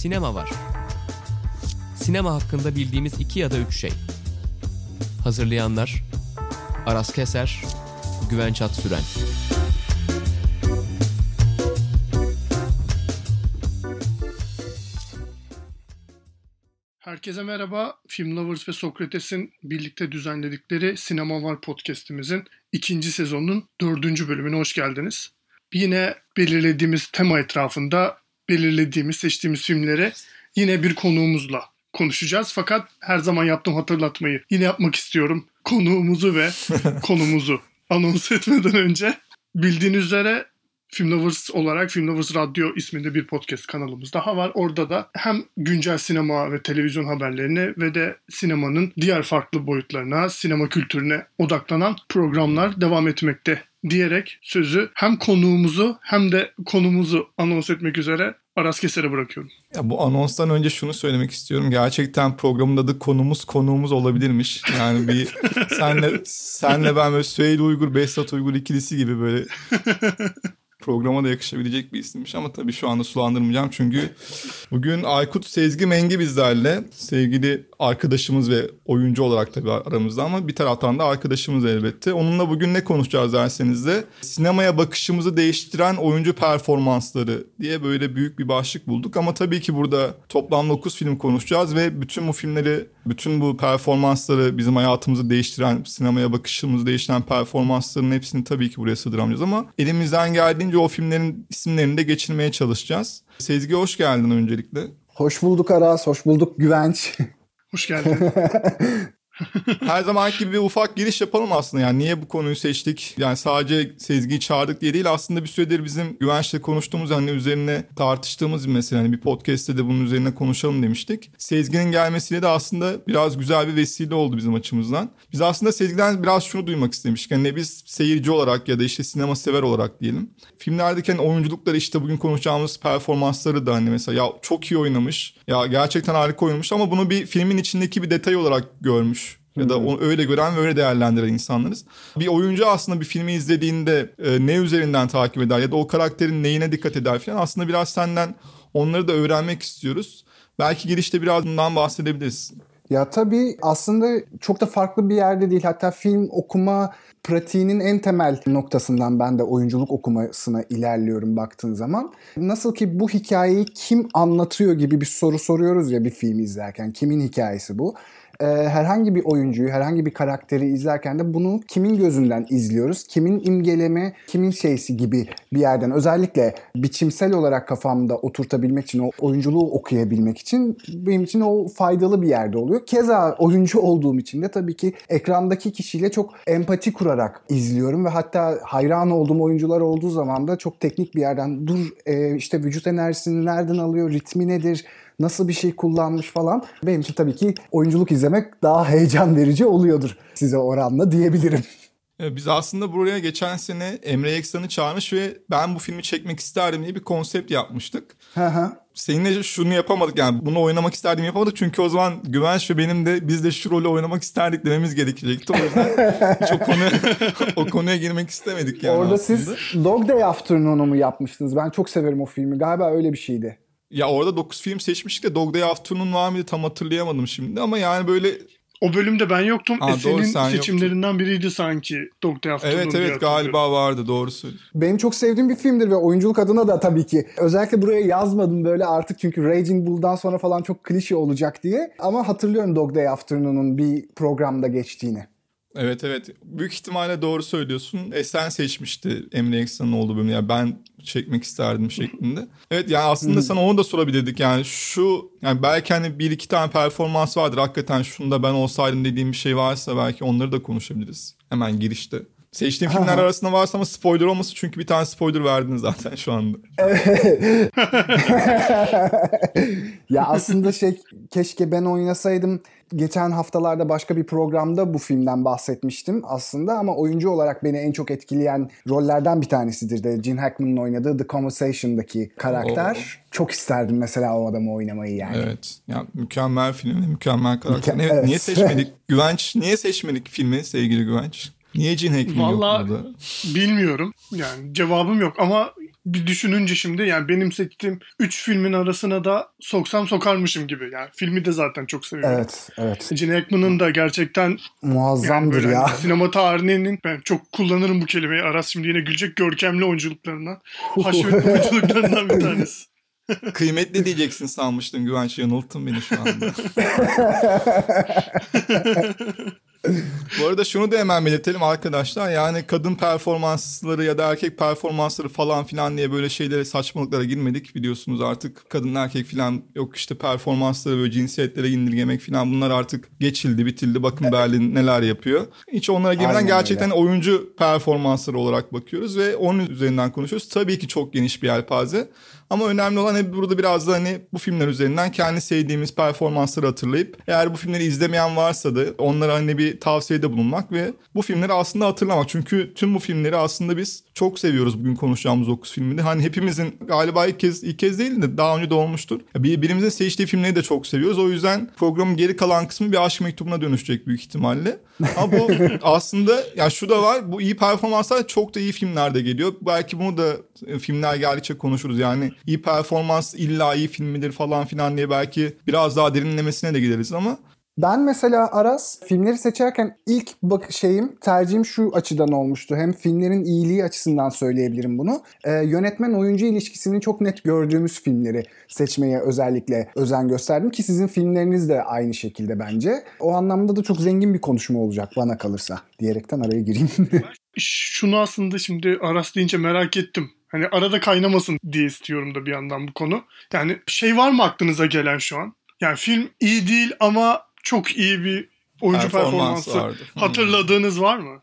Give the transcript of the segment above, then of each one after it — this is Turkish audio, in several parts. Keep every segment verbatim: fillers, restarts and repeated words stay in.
Sinema var. Sinema hakkında bildiğimiz iki ya da üç şey. Hazırlayanlar Aras Keser, Güvenç Atsüren. Herkese merhaba. Film Lovers ve Sokrates'in birlikte düzenledikleri Sinema Var podcast'imizin ikinci sezonunun dördüncü bölümüne hoş geldiniz. Yine belirlediğimiz tema etrafında belirlediğimiz, seçtiğimiz filmleri yine bir konuğumuzla konuşacağız. Fakat her zaman yaptığım hatırlatmayı yine yapmak istiyorum. Konuğumuzu ve konumuzu anons etmeden önce bildiğiniz üzere Film Lovers olarak Film Lovers Radyo isminde bir podcast kanalımız daha var. Orada da hem güncel sinema ve televizyon haberlerine ve de sinemanın diğer farklı boyutlarına, sinema kültürüne odaklanan programlar devam etmekte diyerek sözü hem konuğumuzu hem de konumuzu anons etmek üzere Aras Keser'e bırakıyorum. Ya bu anonstan önce şunu söylemek istiyorum. Gerçekten programın adı konumuz konuğumuz olabilirmiş. Yani bir senle senle ben böyle Süheyl Uygur, Behzat Uygur ikilisi gibi böyle programa da yakışabilecek bir isimmiş ama tabii şu anda sulandırmayacağım çünkü bugün Aykut Sezgi Mengi bizlerle, sevgili arkadaşımız ve oyuncu olarak tabii aramızda ama bir taraftan da arkadaşımız elbette. Onunla bugün ne konuşacağız derseniz de sinemaya bakışımızı değiştiren oyuncu performansları diye böyle büyük bir başlık bulduk ama tabii ki burada toplam dokuz film konuşacağız ve bütün bu filmleri, bütün bu performansları, bizim hayatımızı değiştiren, sinemaya bakışımızı değiştiren performansların hepsini tabii ki buraya sığdıramayacağız ama elimizden geldiğince o filmlerin isimlerini de geçirmeye çalışacağız. Sezgi hoş geldin öncelikle. Hoş bulduk Aras, hoş bulduk Güvenç. Hoş geldin. Her zamanki gibi bir ufak giriş yapalım aslında. Yani niye bu konuyu seçtik? Yani sadece Sezgi'yi çağırdık diye değil. Aslında bir süredir bizim Güvenç'le konuştuğumuz, hani üzerine tartıştığımız bir mesele. Hani bir podcast'te de bunun üzerine konuşalım demiştik. Sezgi'nin gelmesiyle de aslında biraz güzel bir vesile oldu bizim açımızdan. Biz aslında Sezgi'den biraz şunu duymak istemiştik. Yani biz seyirci olarak ya da işte sinema sever olarak diyelim. Filmlerdeki hani oyunculukları, işte bugün konuşacağımız performansları da hani mesela ya çok iyi oynamış, ya gerçekten harika oynamış ama bunu bir filmin içindeki bir detay olarak görmüş. Ya da onu öyle gören ve öyle değerlendiren insanlarız. Bir oyuncu aslında bir filmi izlediğinde e, ne üzerinden takip eder ya da o karakterin neyine dikkat eder falan. Aslında biraz senden onları da öğrenmek istiyoruz. Belki girişte biraz bundan bahsedebiliriz. Ya tabii aslında çok da farklı bir yerde değil. Hatta film okuma pratiğinin en temel noktasından ben de oyunculuk okumasına ilerliyorum baktığın zaman. Nasıl ki bu hikayeyi kim anlatıyor gibi bir soru soruyoruz ya bir filmi izlerken. Kimin hikayesi bu? Ee, herhangi bir oyuncuyu, herhangi bir karakteri izlerken de bunu kimin gözünden izliyoruz? Kimin imgeleme, kimin şeysi gibi bir yerden. Özellikle biçimsel olarak kafamda oturtabilmek için, o oyunculuğu okuyabilmek için benim için o faydalı bir yerde oluyor. Keza oyuncu olduğum için de tabii ki ekrandaki kişiyle çok empati kurarak izliyorum ve hatta hayran olduğum oyuncular olduğu zaman da çok teknik bir yerden dur e, işte vücut enerjisini nereden alıyor, ritmi nedir, nasıl bir şey kullanmış falan. Benim için tabii ki oyunculuk izlemek daha heyecan verici oluyordur size oranla diyebilirim. Biz aslında buraya geçen sene Emre Eksan'ı çağırmış ve ben bu filmi çekmek isterdim diye bir konsept yapmıştık. Hı hı. Seninle şunu yapamadık, yani bunu oynamak isterdim yapamadık çünkü o zaman Güvenç ve benim de biz de şu rolü oynamak isterdik dememiz gerekecekti. O yüzden hiç o konuya, o konuya girmek istemedik yani. Orada aslında. Siz Dog Day Afternoon'u mu yapmıştınız? Ben çok severim o filmi. Galiba öyle bir şeydi. Ya orada dokuz film seçmiştik de Dog Day Afternoon var mıydı tam hatırlayamadım şimdi ama yani böyle... O bölümde ben yoktum. Aa, e, senin doğru, sen seçimlerinden yoktun. biriydi sanki Doktor Afternoon. Evet evet galiba vardı, doğru söylüyorsun. Benim çok sevdiğim bir filmdir ve oyunculuk adına da tabii ki. Özellikle buraya yazmadım böyle artık çünkü Raging Bull'dan sonra falan çok klişe olacak diye. Ama hatırlıyorum Dog Day Afternoon'un bir programda geçtiğini. Evet evet. Büyük ihtimalle doğru söylüyorsun. Esen seçmişti Emre Eksan'ın olduğu bölümü. Yani ben çekmek isterdim şeklinde. Evet yani aslında sana onu da sorabilirdik. Yani şu, yani belki hani bir iki tane performans vardır. Hakikaten şunda ben olsaydım dediğim bir şey varsa belki onları da konuşabiliriz. Hemen girişte. Seçtiğim filmler arasında varsa ama spoiler olmasın çünkü bir tane spoiler verdin zaten şu anda. Ya aslında şey, keşke ben oynasaydım. Geçen haftalarda başka bir programda bu filmden bahsetmiştim aslında ama oyuncu olarak beni en çok etkileyen rollerden bir tanesidir de Gene Hackman'ın oynadığı The Conversation'daki karakter. Oo. Çok isterdim mesela o adamı oynamayı yani. Evet. Ya mükemmel film ve mükemmel karakter. Müke- evet, evet. Niye seçmedik Güvenç? Niye seçmedik filmi sevgili Güvenç? Niye Gene Hackman yok burada? Vallahi bilmiyorum. Yani cevabım yok ama bir düşününce şimdi yani benim seçtiğim üç filmin arasına da soksam sokarmışım gibi. Yani filmi de zaten çok seviyorum. Evet, evet. Gene Hackman'ın da gerçekten muazzamdır yani ya. Hani sinema tarihinin, ben çok kullanırım bu kelimeyi. Aras şimdi yine gülecek, görkemli oyunculuklarından. Haşmetli oyunculuklarından bir tanesi. Kıymetli diyeceksin sanmıştım Güvenç, yanılttın beni şu anda. Bu arada şunu da hemen belirtelim arkadaşlar. Yani kadın performansları ya da erkek performansları falan filan diye böyle şeylere, saçmalıklara girmedik. Biliyorsunuz artık kadın erkek filan yok, işte performansları böyle cinsiyetlere indirgemek filan, bunlar artık geçildi, bitildi. Bakın Berlin neler yapıyor. Hiç onlara girmeden Aynen gerçekten öyle. oyuncu performansları olarak bakıyoruz ve onun üzerinden konuşuyoruz. Tabii ki çok geniş bir yelpaze. Ama önemli olan hep burada biraz da hani bu filmler üzerinden kendi sevdiğimiz performansları hatırlayıp, eğer bu filmleri izlemeyen varsa da onlara hani bir tavsiyede bulunmak ve bu filmleri aslında hatırlamak. Çünkü tüm bu filmleri aslında biz çok seviyoruz, bugün konuşacağımız dokuz filmini. Hani hepimizin galiba ilk kez ilk kez değil de daha önce de olmuştur. Birbirimizin seçtiği filmleri de çok seviyoruz. O yüzden programın geri kalan kısmı bir aşk mektubuna dönüşecek büyük ihtimalle. Ama bu aslında ya şu da var. Bu iyi performanslar çok da iyi filmlerde geliyor. Belki bunu da filmler geldikçe konuşuruz. Yani iyi performans illa iyi film midir falan filan diye belki biraz daha derinlemesine de gideriz ama Ben mesela Aras filmleri seçerken ilk bak şeyim, tercihim şu açıdan olmuştu. Hem filmlerin iyiliği açısından söyleyebilirim bunu. Ee, yönetmen oyuncu ilişkisini çok net gördüğümüz filmleri seçmeye özellikle özen gösterdim ki sizin filmleriniz de aynı şekilde bence. O anlamda da çok zengin bir konuşma olacak bana kalırsa diyerekten araya gireyim. Şunu aslında şimdi Aras deyince merak ettim. Hani arada kaynamasın diye istiyorum da bir yandan bu konu. Yani şey var mı aklınıza gelen şu an? Yani film iyi değil ama çok iyi bir oyuncu Performans performansı vardı. hatırladığınız var mı?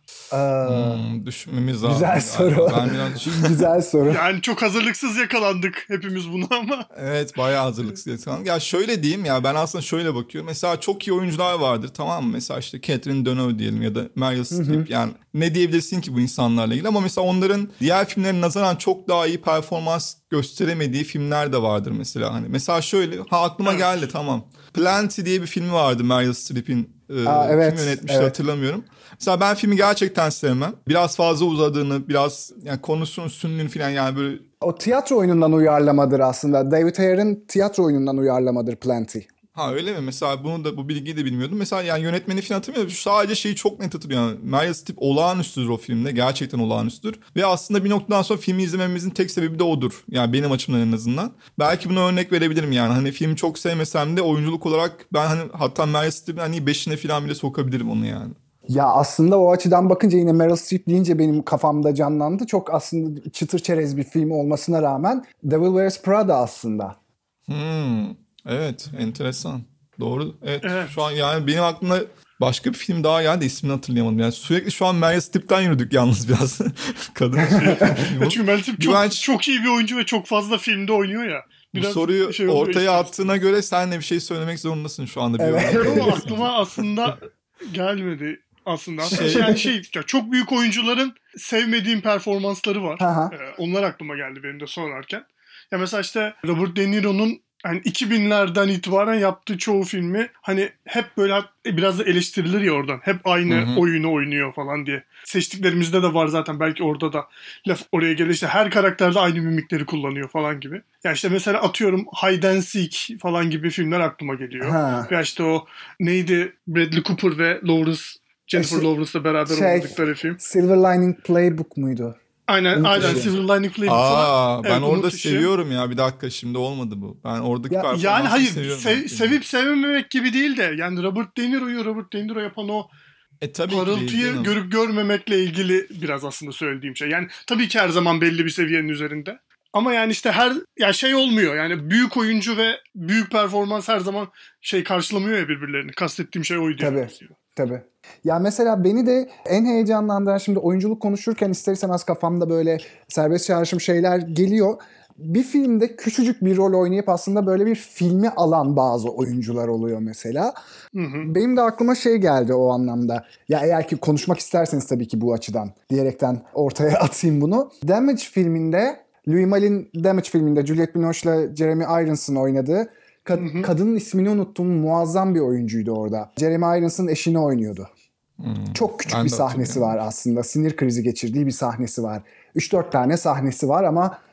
Hmm, düşünmemiz lazım. Güzel soru. Ben biraz... Güzel soru. Yani çok hazırlıksız yakalandık hepimiz buna ama. Evet, bayağı hazırlıksız yakalandık. Ya şöyle diyeyim ya, ben aslında şöyle bakıyorum. Mesela çok iyi oyuncular vardır, tamam mı? Mesela işte Catherine Deneuve diyelim ya da Meryl Streep. Yani ne diyebilirsin ki bu insanlarla ilgili, ama mesela onların diğer filmlerine nazaran çok daha iyi performans gösteremediği filmler de vardır mesela. Hani mesela şöyle, ha aklıma Evet. geldi, tamam. Plenty diye bir filmi vardı Meryl Streep'in. Aa, evet, Kim yönetmişti evet. hatırlamıyorum. Mesela ben filmi gerçekten sevmem. Biraz fazla uzadığını, biraz yani konusunun üstünlüğünü falan, yani böyle... O tiyatro oyunundan uyarlamadır aslında. David Ayer'ın tiyatro oyunundan uyarlamadır Plenty. Ha öyle mi? Mesela bunu da, bu bilgiyi de bilmiyordum. Mesela yani yönetmeni falan hatırlamıyorum. Sadece şeyi çok net hatırlıyorum. Yani Meryl Streep olağanüstüdür o filmde. Gerçekten olağanüstüdür. Ve aslında bir noktadan sonra filmi izlememizin tek sebebi de odur. Yani benim açımdan en azından. Belki buna örnek verebilirim yani. Hani filmi çok sevmesem de oyunculuk olarak ben hani hatta Meryl Streep'in hani beşine falan bile sokabilirim onu yani. Ya aslında o açıdan bakınca yine Meryl Streep deyince benim kafamda canlandı. Çok aslında çıtır çerez bir film olmasına rağmen Devil Wears Prada aslında. Hmm, evet, enteresan. Doğru. Evet, Evet. Şu an yani benim aklımda başka bir film daha geldi, ismini hatırlayamadım. Yani sürekli şu an Meryl Streep'ten yürüdük yalnız biraz. Kadın. Çünkü Meryl Streep çok, Güvenç- çok iyi bir oyuncu ve çok fazla filmde oynuyor ya. Bu Biraz soruyu şey oluyor ortaya işte. attığına göre sen de bir şey söylemek zorundasın şu anda. Bir Evet. örnek Ama verebilirsin. aklıma aslında gelmedi aslında. Aslında Şey- yani şey, ya çok büyük oyuncuların sevmediğim performansları var. Aha. Ee, onlar aklıma geldi benim de sorarken. Ya mesela işte Robert De Niro'nun hani iki binlerden itibaren yaptığı çoğu filmi hani hep böyle biraz da eleştirilir ya oradan. Hep aynı Hı hı. oyunu oynuyor falan diye. Seçtiklerimizde de var zaten, belki orada da laf oraya gelir, işte her karakterde aynı mimikleri kullanıyor falan gibi. Ya işte mesela atıyorum Hide and Seek falan gibi filmler aklıma geliyor. Ha. Veya işte o neydi, Bradley Cooper ve Lawrence, Jennifer Şey- Lawrence'la beraber şey- oynadıkları film. Silver Lining Playbook muydu? Aynen, Unut aynen işi. Silver Lining Playbook falan. Aa, ben Evet, orada Umut işi. seviyorum ya. Bir dakika, şimdi olmadı bu. Ben oradaki Ya- performansı Yani hayır, seviyorum. sev- ben. sevip sevmemek gibi değil de yani Robert De Niro'yu Robert De Niro yapan o E tabii ki değil, parıltıyı canım. görüp görmemekle ilgili biraz aslında söylediğim şey. Yani tabii ki her zaman belli bir seviyenin üzerinde. Ama yani işte her ya şey olmuyor. Yani büyük oyuncu ve büyük performans her zaman şey karşılamıyor ya birbirlerini. Kastettiğim şey oydu. Tabii. Yani. Tabii. Ya mesela beni de en heyecanlandıran, şimdi oyunculuk konuşurken ister istemez kafamda böyle serbest çağrışım şeyler geliyor. Bir filmde küçücük bir rol oynayıp aslında böyle bir filmi alan bazı oyuncular oluyor mesela. Hı hı. Benim de aklıma şey geldi o anlamda. Ya eğer ki konuşmak isterseniz tabii ki bu açıdan diyerekten ortaya atayım bunu. Damage filminde, Louis Malle'in Damage filminde Juliette Binoche'la Jeremy Irons'ın oynadığı Kad- kadının ismini unuttum, muazzam bir oyuncuydu orada. Jeremy Irons'ın eşini oynuyordu. Hmm. Çok küçük Ben bir de sahnesi var hatırlıyorum. aslında. Sinir krizi geçirdiği bir sahnesi var. üç dört tane sahnesi var ama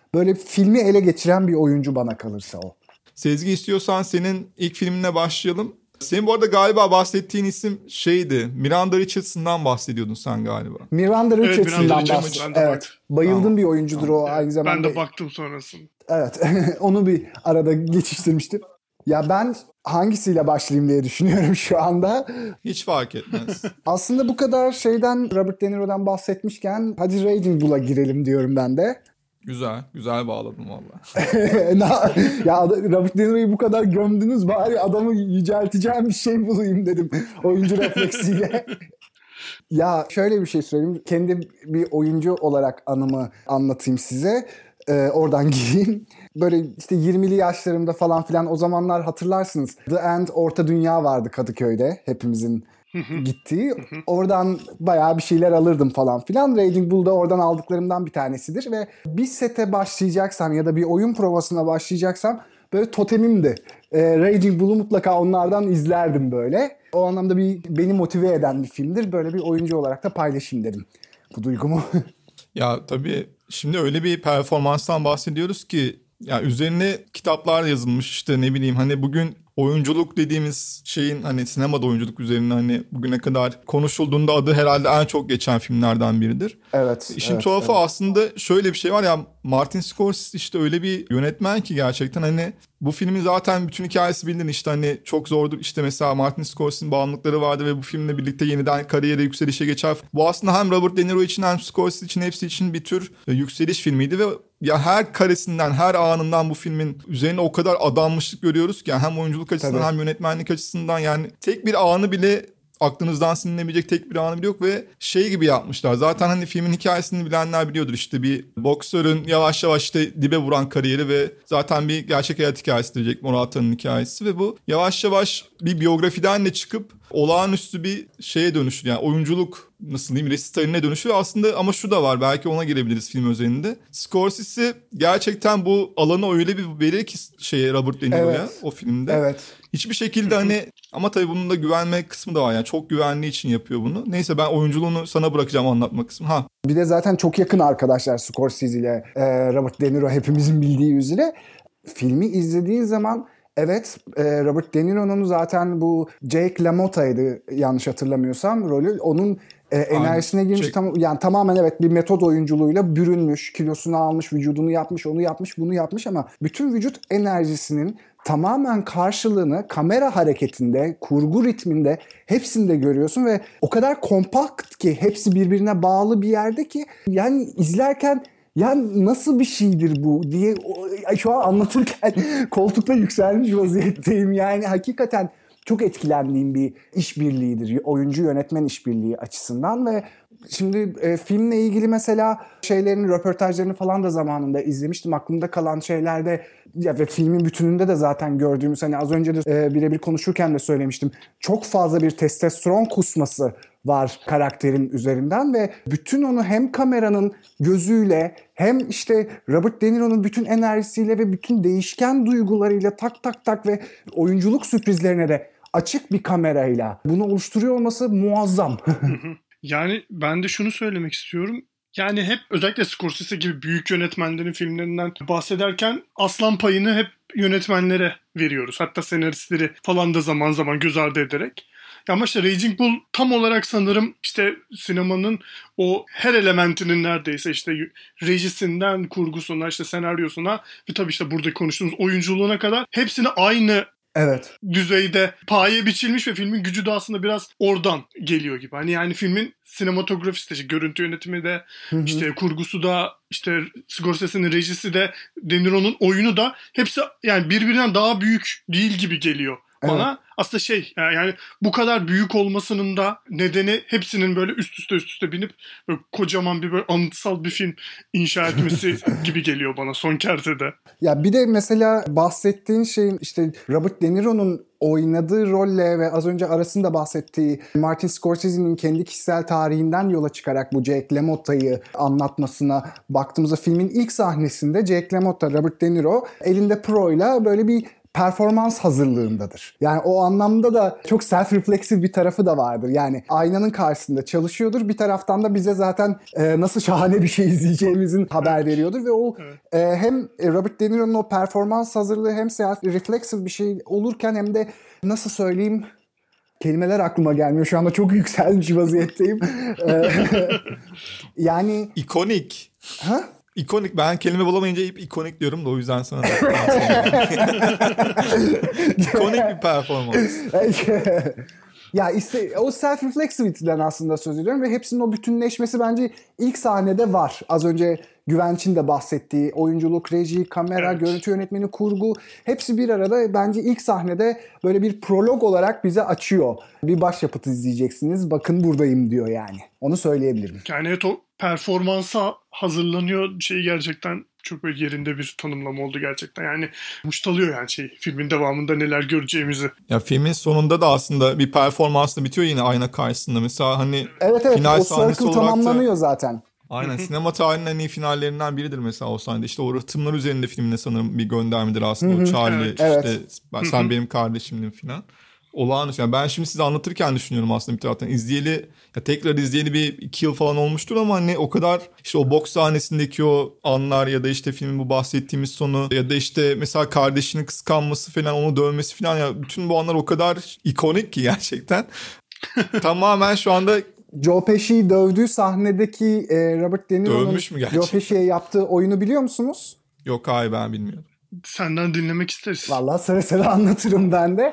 böyle filmi ele geçiren bir oyuncu bana kalırsa o. Sezgi, istiyorsan senin ilk filmine başlayalım. Senin bu arada galiba bahsettiğin isim şeydi. Miranda Richardson'dan bahsediyordun sen galiba. Miranda Richardson'dan Miranda bahsediyorum. Richardson, Evet. Bayıldığım Tamam. bir oyuncudur Tamam. o aynı zamanda. Ben de baktım sonrasında. Evet. Onu bir arada geçiştirmiştim. Ya ben hangisiyle başlayayım diye düşünüyorum şu anda. Hiç fark etmez. Aslında bu kadar şeyden, Robert De Niro'dan bahsetmişken hadi Raging Bull'a girelim diyorum ben de. Güzel. Güzel bağladım valla. Ya Robert De Niro'yu bu kadar gömdünüz, bari adamı yücelteceğim bir şey bulayım dedim oyuncu refleksiyle. Ya şöyle bir şey söyleyeyim. Kendi bir oyuncu olarak anımı anlatayım size. Ee, oradan gireyim. Böyle işte yirmili yaşlarımda falan filan, o zamanlar hatırlarsınız. The End Orta Dünya vardı Kadıköy'de hepimizin gittiği. Oradan bayağı bir şeyler alırdım falan filan. Raging Bull da oradan aldıklarımdan bir tanesidir ve bir sete başlayacaksam ya da bir oyun provasına başlayacaksam böyle totemimdi. Ee, Raging Bull'u mutlaka onlardan izlerdim böyle. O anlamda bir beni motive eden bir filmdir. Böyle bir oyuncu olarak da paylaşayım dedim bu duygumu. Ya tabii şimdi öyle bir performanstan bahsediyoruz ki ya üzerine kitaplar yazılmış, işte ne bileyim hani bugün oyunculuk dediğimiz şeyin, hani sinemada oyunculuk üzerine hani bugüne kadar konuşulduğunda adı herhalde en çok geçen filmlerden biridir. Evet. İşin evet, tuhafı evet. aslında şöyle bir şey var ya, Martin Scorsese işte öyle bir yönetmen ki gerçekten hani bu filmin zaten bütün hikayesi bildiğin işte hani çok zordur. İşte mesela Martin Scorsese'nin bağımlılıkları vardı ve bu filmle birlikte yeniden kariyere yükselişe geçer. Bu aslında hem Robert De Niro için hem Scorsese için, hepsi için bir tür yükseliş filmiydi ve ya her karesinden, her anından bu filmin üzerine o kadar adanmışlık görüyoruz ki yani hem oyunculuk açısından Tabii. hem yönetmenlik açısından, yani tek bir anı bile aklınızdan silinebilecek tek bir anı bile yok ve şey gibi yapmışlar. Zaten hani filmin hikayesini bilenler biliyordur, işte bir boksörün yavaş yavaş işte dibe vuran kariyeri ve zaten bir gerçek hayat hikayesi Jack Morata'nın hikayesi ve bu yavaş yavaş bir biyografiden de çıkıp olağanüstü bir şeye dönüşüyor. Yani oyunculuk nasıl diyeyim, resitaline dönüşüyor aslında, ama şu da var, belki ona girebiliriz film özelinde. Scorsese gerçekten bu alanı öyle bir verir ki şeye, Robert De Niro'ya Evet. o filmde. Evet. Hiçbir şekilde hani, ama tabii bunun da güvenme kısmı da var yani, çok güvenliği için yapıyor bunu. Neyse, ben oyunculuğunu sana bırakacağım anlatma kısmı. Ha. Bir de zaten çok yakın arkadaşlar Scorsese ile e, Robert De Niro, hepimizin bildiği üzere. Filmi izlediğin zaman evet, e, Robert De Niro'nun zaten bu Jake LaMotta'ydı yanlış hatırlamıyorsam rolü. Onun e, enerjisine girmiş, Jake... tam, yani tamamen evet bir metot oyunculuğuyla bürünmüş, kilosunu almış, vücudunu yapmış, onu yapmış, bunu yapmış ama bütün vücut enerjisinin tamamen karşılığını kamera hareketinde, kurgu ritminde hepsinde görüyorsun ve o kadar kompakt ki, hepsi birbirine bağlı bir yerde ki yani izlerken ya nasıl bir şeydir bu diye şu an anlatırken koltukta yükselmiş vaziyetteyim. Yani hakikaten çok etkilendiğim bir işbirliğidir. Oyuncu yönetmen işbirliği açısından ve şimdi e, filmle ilgili mesela şeylerin röportajlarını falan da zamanında izlemiştim. Aklımda kalan şeylerde ya ve filmin bütününde de zaten gördüğümüz, hani az önce de e, birebir konuşurken de söylemiştim. Çok fazla bir testosteron kusması var karakterin üzerinden ve bütün onu hem kameranın gözüyle hem işte Robert De Niro'nun bütün enerjisiyle ve bütün değişken duygularıyla tak tak tak ve oyunculuk sürprizlerine de açık bir kamerayla bunu oluşturuyor olması muazzam. Yani ben de şunu söylemek istiyorum. Yani hep özellikle Scorsese gibi büyük yönetmenlerin filmlerinden bahsederken aslan payını hep yönetmenlere veriyoruz. Hatta senaristleri falan da zaman zaman göz ardı ederek. Ama işte Raging Bull tam olarak sanırım işte sinemanın o her elementinin neredeyse işte rejisinden kurgusuna, işte senaryosuna ve tabii işte burada konuştuğumuz oyunculuğuna kadar hepsini aynı evet. düzeyde paye biçilmiş ve filmin gücü de aslında biraz oradan geliyor gibi. Hani yani filmin sinematografisi de, işte görüntü yönetimi de, hı hı. işte kurgusu da, işte Scorsese'nin rejisi de, De Niro'nun oyunu da, hepsi yani birbirinden daha büyük değil gibi geliyor bana. Evet. Aslında şey yani bu kadar büyük olmasının da nedeni hepsinin böyle üst üste üst üste binip böyle kocaman bir böyle anıtsal bir film inşa etmesi gibi geliyor bana son kertede. Ya bir de mesela bahsettiğin şeyin işte Robert De Niro'nun oynadığı rolle ve az önce arasında bahsettiği Martin Scorsese'nin kendi kişisel tarihinden yola çıkarak bu Jake LaMotta'yı anlatmasına baktığımızda filmin ilk sahnesinde Jake LaMotta, Robert De Niro elinde pro'yla böyle bir performans hazırlığındadır. Yani o anlamda da çok self-reflexive bir tarafı da vardır. Yani aynanın karşısında çalışıyordur. Bir taraftan da bize zaten e, nasıl şahane bir şey izleyeceğimizin haber veriyordur ve o e, hem Robert De Niro'nun o performans hazırlığı hem self-reflexive bir şey olurken hem de nasıl söyleyeyim, kelimeler aklıma gelmiyor. Şu anda çok yükselmiş vaziyetteyim. Yani ikonik. Ha? İkonik. Ben kelime bulamayınca hep ikonik diyorum da o yüzden sana da. İkonik bir performans. Ya işte o self-reflexivity'den aslında söz ediyorum ve hepsinin o bütünleşmesi bence ilk sahnede var. Az önce Güvenç'in de bahsettiği oyunculuk, reji, kamera, evet. görüntü yönetmeni, kurgu hepsi bir arada bence ilk sahnede böyle bir prolog olarak bize açıyor. Bir başyapıt izleyeceksiniz, bakın buradayım diyor yani. Onu söyleyebilirim. Yani evet, o performansa hazırlanıyor şey gerçekten çok böyle yerinde bir tanımlama oldu gerçekten. Yani muştalıyor yani şey filmin devamında neler göreceğimizi. Ya filmin sonunda da aslında bir performansla bitiyor yine ayna karşısında. Mesela hani evet evet final o circle tamamlanıyor da, zaten. Aynen sinema tarihinin en iyi finallerinden biridir mesela o sahnede. İşte o rıhtımlar üzerinde filmine sanırım bir göndermedir aslında. O Charlie evet. işte Evet. ben, sen benim kardeşimdin falan. Olağanüstü. Yani ben şimdi size anlatırken düşünüyorum aslında bir taraftan. İzleyeli, ya tekrar izleyeli bir iki yıl falan olmuştur ama hani o kadar işte o boks sahnesindeki o anlar ya da işte filmin bu bahsettiğimiz sonu ya da işte mesela kardeşinin kıskanması falan, onu dövmesi falan, ya bütün bu anlar o kadar ikonik ki gerçekten. Tamamen şu anda Joe Pesci'yi dövdüğü sahnedeki e, Robert De Niro'nun Joe Pesci'ye yaptığı oyunu biliyor musunuz? Yok, hayır ben bilmiyorum. Senden dinlemek isteriz. Vallahi sıra sıra anlatırım ben de.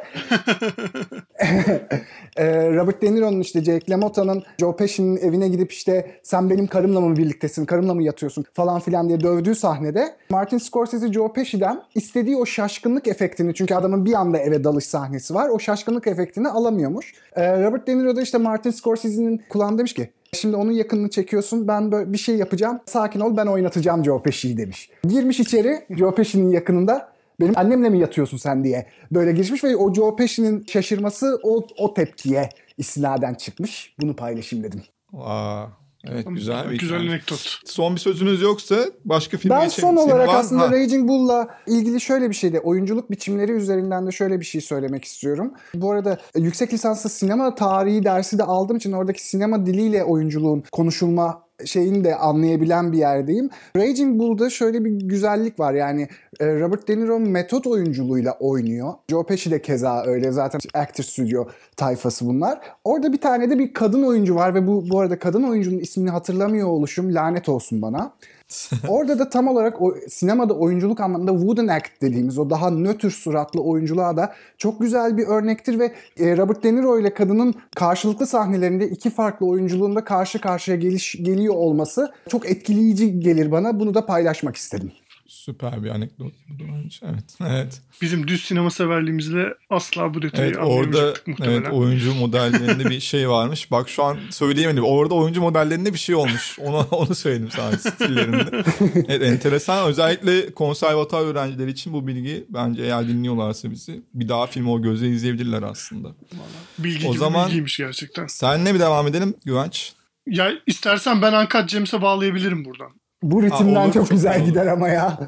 Robert De Niro'nun işte Jake LaMotta'nın Joe Pesci'nin evine gidip işte sen benim karımla mı birliktesin, karımla mı yatıyorsun falan filan diye dövdüğü sahnede Martin Scorsese Joe Pesci'den istediği o şaşkınlık efektini, çünkü adamın bir anda eve dalış sahnesi var, o şaşkınlık efektini alamıyormuş. Robert De Niro da işte Martin Scorsese'nin kulağına demiş ki şimdi onun yakınını çekiyorsun, ben böyle bir şey yapacağım, sakin ol, ben oynatacağım Joe Pesci'yi demiş. Girmiş içeri Joe Pesci'nin yakınında, benim annemle mi yatıyorsun sen diye böyle girmiş ve o Joe Pesci'nin şaşırması o, o tepkiye istinaden çıkmış. Bunu paylaşayım dedim. Aa, evet, güzel bir güzel anekdot. Son bir sözünüz yoksa başka filme ben geçelim. Ben son olarak var. aslında ha. Raging Bull'la ilgili şöyle bir şey de, oyunculuk biçimleri üzerinden de şöyle bir şey söylemek istiyorum. Bu arada yüksek lisanslı sinema tarihi dersi de aldığım için oradaki sinema diliyle oyunculuğun konuşulma şeyini de anlayabilen bir yerdeyim. Raging Bull'da şöyle bir güzellik var, yani Robert De Niro metot oyunculuğuyla oynuyor. Joe Pesci de keza öyle, zaten Actor Studio tayfası bunlar. Orada bir tane de bir kadın oyuncu var ve bu bu arada kadın oyuncunun ismini hatırlamıyor oluşum lanet olsun bana. Orada da tam olarak o sinemada oyunculuk anlamında wooden act dediğimiz o daha nötr suratlı oyunculuğa da çok güzel bir örnektir ve Robert De Niro ile kadının karşılıklı sahnelerinde iki farklı oyunculuğunda karşı karşıya geliş, geliyor olması çok etkileyici gelir bana. Bunu da paylaşmak istedim. Süper bir anekdot. Evet. Evet. Bizim düz sinema severliğimizle asla bu detayı evet, anlayamayacaktık muhtemelen. Evet, oyuncu modellerinde bir şey varmış. Bak şu an söyleyemedim. Orada oyuncu modellerinde bir şey olmuş. Onu onu söyledim sana, stillerinde. Evet, enteresan. Özellikle konservatuar öğrencileri için bu bilgi, bence eğer dinliyorlarsa bizi, bir daha filmi o gözle izleyebilirler aslında. Bilgi o gibi zaman bilgiymiş gerçekten. Senle mi devam edelim Güvenç? Ya istersen ben Uncut James'e bağlayabilirim buradan. Bu ritimden ha, olur, çok, çok güzel olur. gider ama ya.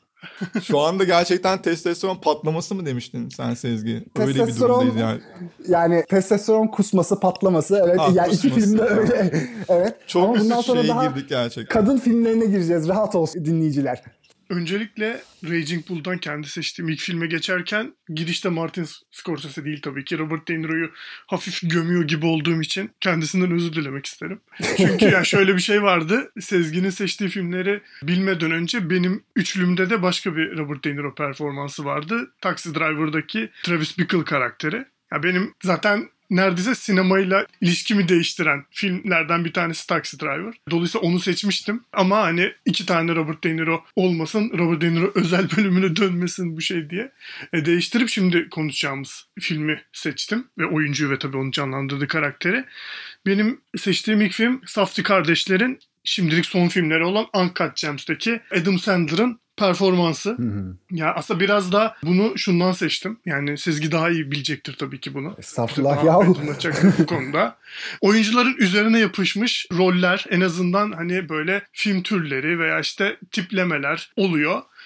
Şu anda gerçekten testosteron patlaması mı demiştin sen Sezgi? Öyle bir durumdayız yani. Yani testosteron kusması, patlaması. Evet. Ha, yani kusması. iki filmde öyle. Evet. Çok ama bundan sonra şeye daha girdik gerçekten. kadın filmlerine gireceğiz. Rahat olsun dinleyiciler. Öncelikle Raging Bull'dan kendi seçtiğim ilk filme geçerken girişte Martin Scorsese değil tabii ki, Robert De Niro'yu hafif gömüyor gibi olduğum için kendisinden özür dilemek isterim. Çünkü yani şöyle bir şey vardı. Sezgin'in seçtiği filmleri bilmeden önce benim üçlümde de başka bir Robert De Niro performansı vardı. Taxi Driver'daki Travis Bickle karakteri. Ya benim zaten neredeyse sinemayla ilişkimi değiştiren filmlerden bir tanesi Taxi Driver. Dolayısıyla onu seçmiştim. Ama hani iki tane Robert De Niro olmasın, Robert De Niro özel bölümüne dönmesin bu şey diye e, değiştirip şimdi konuşacağımız filmi seçtim. Ve oyuncuyu ve tabii onu canlandırdığı karakteri. Benim seçtiğim ilk film Safdie kardeşlerin şimdilik son filmleri olan Uncut James'teki Adam Sandler'ın performansı. Hı hı. Ya aslında biraz da bunu şundan seçtim. Yani Sezgi daha iyi bilecektir tabii ki bunu. Estağfurullah yahu. Bu konuda. Oyuncuların üzerine yapışmış roller, en azından hani böyle film türleri veya işte tiplemeler oluyor.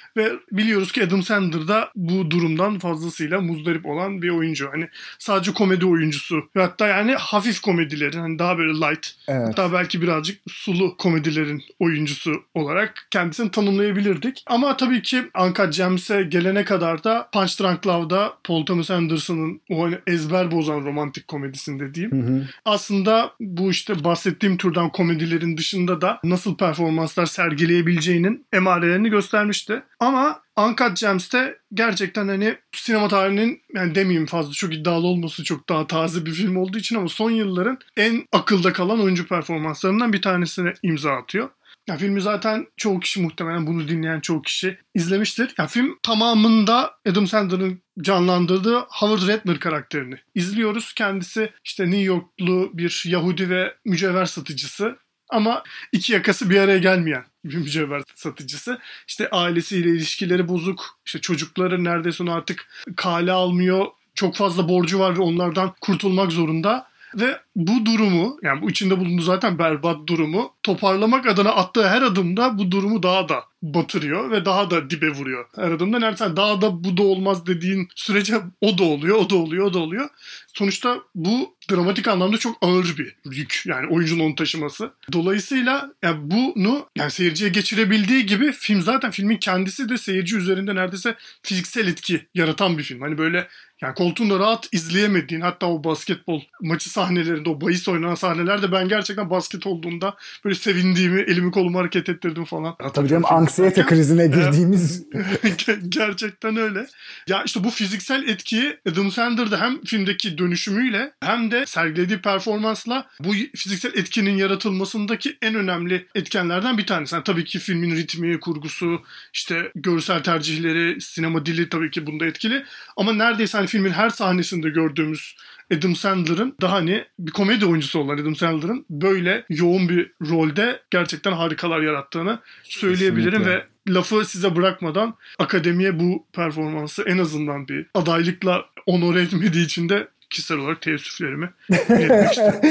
Ve biliyoruz ki Adam Sandler da bu durumdan fazlasıyla muzdarip olan bir oyuncu. Hani sadece komedi oyuncusu ve hatta yani hafif komedilerin hani daha böyle light, evet. hatta belki birazcık sulu komedilerin oyuncusu olarak kendisini tanımlayabilirdik. Ama tabii ki Uncut Gems'e gelene kadar da Punch Drunk Love'da Paul Thomas Anderson'ın o hani ezber bozan romantik komedisinde diyeyim. Hı hı. Aslında bu işte bahsettiğim türden komedilerin dışında da nasıl performanslar sergileyebileceğinin emarelerini göstermişti. Ama Uncut Gems'te gerçekten hani sinema tarihinin, yani demeyeyim fazla çok iddialı olması, çok daha taze bir film olduğu için, ama son yılların en akılda kalan oyuncu performanslarından bir tanesine imza atıyor. Ya filmi zaten çoğu kişi, muhtemelen bunu dinleyen çoğu kişi izlemiştir. Ya film tamamında Adam Sandler'ın canlandırdığı Howard Ratner karakterini izliyoruz. Kendisi işte New Yorklu bir Yahudi ve mücevher satıcısı. Ama iki yakası bir araya gelmeyen bir mücevher satıcısı. İşte ailesiyle ilişkileri bozuk. İşte çocukları neredeyse onu artık kale almıyor. Çok fazla borcu var ve onlardan kurtulmak zorunda. Ve bu durumu, yani bu içinde bulunduğu zaten berbat durumu toparlamak adına attığı her adımda bu durumu daha da batırıyor ve daha da dibe vuruyor. Her adımda neredeyse daha da bu da olmaz dediğin sürece o da oluyor, o da oluyor, o da oluyor. Sonuçta bu dramatik anlamda çok ağır bir yük. Yani oyuncunun onu taşıması. Dolayısıyla yani bunu yani seyirciye geçirebildiği gibi film, zaten filmin kendisi de seyirci üzerinde neredeyse fiziksel etki yaratan bir film. Hani böyle yani koltuğunda rahat izleyemediğin, hatta o basketbol maçı sahnelerinde, o bahis oynanan sahnelerde ben gerçekten basket olduğunda böyle sevindiğimi, elimi kolumu hareket ettirdim falan. Tabii canım, anksiyete krizine girdiğimiz. Gerçekten öyle. Ya işte bu fiziksel etkiyi Adam Sandler'da hem filmdeki dönüşümüyle hem de sergilediği performansla bu fiziksel etkinin yaratılmasındaki en önemli etkenlerden bir tanesi. Yani tabii ki filmin ritmi, kurgusu, işte görsel tercihleri, sinema dili tabii ki bunda etkili. Ama neredeyse hani filmin her sahnesinde gördüğümüz Adam Sandler'ın, daha hani bir komedi oyuncusu olan Adam Sandler'ın böyle yoğun bir rolde gerçekten harikalar yarattığını söyleyebilirim. Kesinlikle. Ve lafı size bırakmadan akademiye bu performansı en azından bir adaylıkla onore etmediği için de kişisel olarak teessüflerimi iletmek istedim.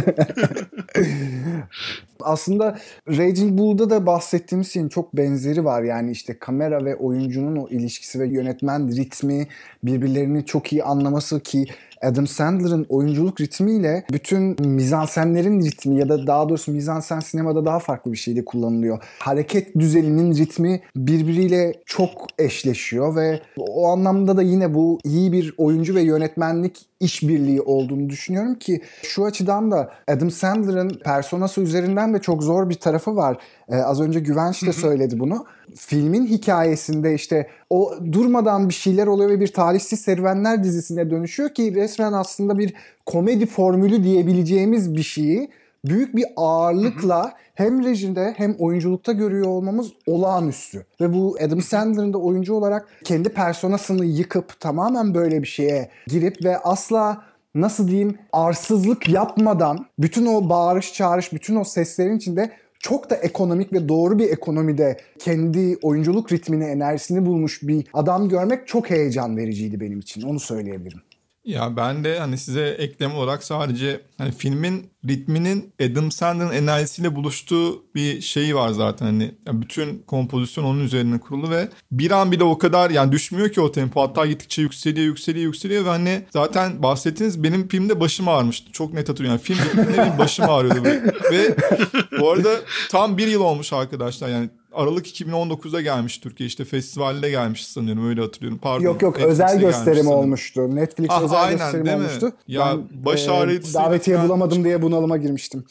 Aslında Raging Bull'da da bahsettiğimiz şeyin çok benzeri var. Yani işte kamera ve oyuncunun o ilişkisi ve yönetmen ritmi, birbirlerini çok iyi anlaması ki Adam Sandler'ın oyunculuk ritmiyle bütün mizansenlerin ritmi, ya da daha doğrusu mizansen sinemada daha farklı bir şeyde kullanılıyor. Hareket düzeninin ritmi birbiriyle çok eşleşiyor ve o anlamda da yine bu iyi bir oyuncu ve yönetmenlik işbirliği olduğunu düşünüyorum ki şu açıdan da Adam Sandler'ın personası üzerinden de çok zor bir tarafı var. Ee, az önce Güvenç de söyledi bunu. Filmin hikayesinde işte o durmadan bir şeyler oluyor ve bir talihsiz serüvenler dizisine dönüşüyor ki resmen aslında bir komedi formülü diyebileceğimiz bir şeyi büyük bir ağırlıkla hem rejide hem oyunculukta görüyor olmamız olağanüstü. Ve bu Adam Sandler'ın da oyuncu olarak kendi personasını yıkıp tamamen böyle bir şeye girip ve asla, nasıl diyeyim, arsızlık yapmadan bütün o bağırış çağırış, bütün o seslerin içinde çok da ekonomik ve doğru bir ekonomide kendi oyunculuk ritmini, enerjisini bulmuş bir adam görmek çok heyecan vericiydi benim için. Onu söyleyebilirim. Ya ben de hani size ekleme olarak sadece hani filmin ritminin Adam Sandler'ın enerjisiyle buluştuğu bir şeyi var zaten. Hani bütün kompozisyon onun üzerine kurulu ve bir an bile o kadar yani düşmüyor ki o tempo. Hatta gittikçe yükseliyor, yükseliyor, yükseliyor ve hani zaten bahsettiğiniz benim filmde başım ağrımıştı. Çok net hatırlıyorum. Yani film bittiğinde benim başım ağrıyordu. Ve bu arada tam bir yıl olmuş arkadaşlar. Yani Aralık iki bin on dokuzda gelmiş Türkiye, işte festivalde gelmiş sanıyorum, öyle hatırlıyorum. Pardon. Yok yok, Netflix'e özel gösterim olmuştu. Netflix ah, özel aynen, gösterim olmuştu. Ya ben baş e, davetiye ben... bulamadım diye bunalıma girmiştim.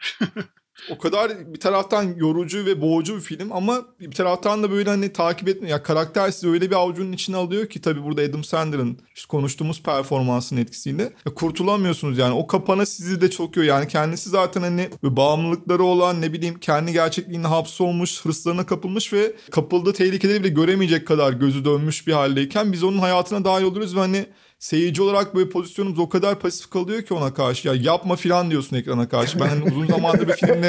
O kadar bir taraftan yorucu ve boğucu bir film ama bir taraftan da böyle hani takip etme ya, karakter sizi öyle bir avucunun içine alıyor ki tabii burada Adam Sandler'ın işte konuştuğumuz performansının etkisiyle ya kurtulamıyorsunuz yani. O kapana sizi de çok yiyor yani. Kendisi zaten hani bağımlılıkları olan, ne bileyim, kendi gerçekliğine hapsolmuş, hırslarına kapılmış ve kapıldığı tehlikeleri bile göremeyecek kadar gözü dönmüş bir haldeyken biz onun hayatına dahil oluyoruz ve hani seyirci olarak böyle pozisyonumuz o kadar pasif kalıyor ki ona karşı. Ya yapma filan diyorsun ekrana karşı. Ben hani uzun zamandır bir filmle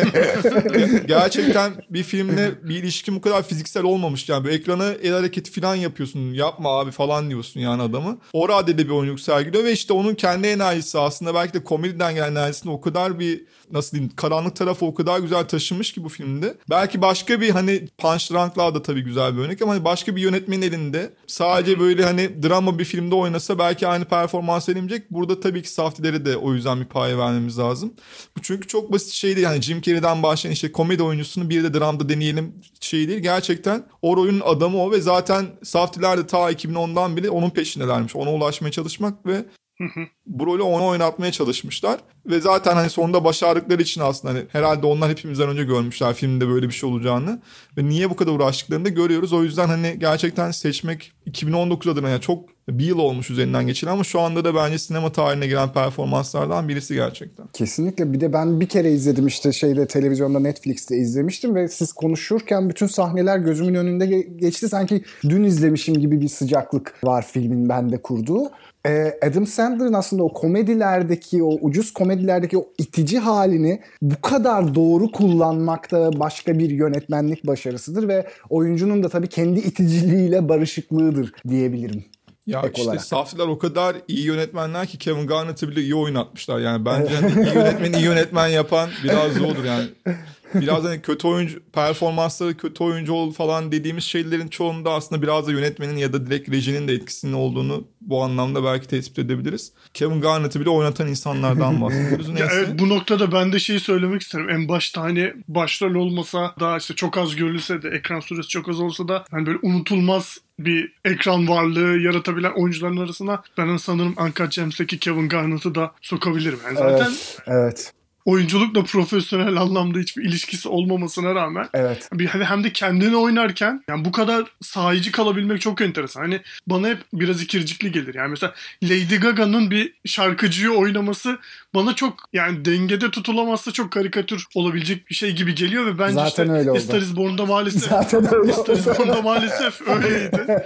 gerçekten bir filmle bir ilişkim bu kadar fiziksel olmamış. Yani böyle ekrana el hareketi filan yapıyorsun. Yapma abi falan diyorsun yani adamı. O raddede bir oyunculuk sergiliyor ve işte onun kendi enerjisi aslında belki de komediden gelen enerjisini o kadar bir nasıl diyeyim karanlık tarafı o kadar güzel taşımış ki bu filmde. Belki başka bir hani Punch Drunk'lar da tabii güzel bir örnek ama hani başka bir yönetmenin elinde sadece böyle hani drama bir filmde oynasa belki aynı performans verilmeyecek. Burada tabii ki Safdie'lere de o yüzden bir pay vermemiz lazım. Bu çünkü çok basit şey değil. Hani Jim Carrey'den başlayan işte komedi oyuncusunu bir de dramda deneyelim şey değil. Gerçekten o rolün adamı o ve zaten Safdie'ler de ta iki bin ondan beri onun peşindelermiş. Ona ulaşmaya çalışmak ve bu rolü ona oynatmaya çalışmışlar. Ve zaten hani sonunda başardıkları için aslında hani herhalde onlar hepimizden önce görmüşler filmde böyle bir şey olacağını. Ve niye bu kadar uğraştıklarını da görüyoruz. O yüzden hani gerçekten seçmek iki bin on dokuz adına yani çok bir yıl olmuş üzerinden geçilen ama şu anda da bence sinema tarihine giren performanslardan birisi gerçekten. Kesinlikle. Bir de ben bir kere izledim işte şeyde televizyonda Netflix'te izlemiştim ve siz konuşurken bütün sahneler gözümün önünde geçti. Sanki dün izlemişim gibi bir sıcaklık var filmin bende kurduğu. Adam Sandler'ın aslında o komedilerdeki, o ucuz komedilerdeki o itici halini bu kadar doğru kullanmakta başka bir yönetmenlik başarısıdır ve oyuncunun da tabii kendi iticiliğiyle barışıklığıdır diyebilirim. Ya Ek işte olarak. Safdie'ler o kadar iyi yönetmenler ki Kevin Garnett'ı bile iyi oynatmışlar. Yani bence hani iyi yönetmeni iyi yönetmen yapan biraz zordur yani. Biraz hani kötü oyuncu performansları kötü oyuncu ol falan dediğimiz şeylerin çoğunda aslında biraz da yönetmenin ya da direkt rejinin de etkisinin olduğunu bu anlamda belki tespit edebiliriz. Kevin Garnett'ı bile oynatan insanlardan bahsediyoruz. Ya evet, bu noktada ben de şeyi söylemek isterim. En başta hani başrol olmasa da işte çok az görülse de ekran süresi çok az olsa da hani böyle unutulmaz bir ekran varlığı yaratabilen oyuncuların arasına ben sanırım Uncut Gems'teki Kevin Garnett'ı da sokabilirim. Yani zaten evet, evet. oyunculukla profesyonel anlamda hiçbir ilişkisi olmamasına rağmen evet. bir hem de kendini oynarken yani bu kadar sahici kalabilmek çok enteresan. Hani bana hep biraz ikircikli gelir. Yani mesela Lady Gaga'nın bir şarkıcıyı oynaması bana çok yani dengede tutulamazsa çok karikatür olabilecek bir şey gibi geliyor ve bence zaten işte öyle A Star Is Born'da maalesef zaten öyle A Star Is Born'da maalesef öyleydi.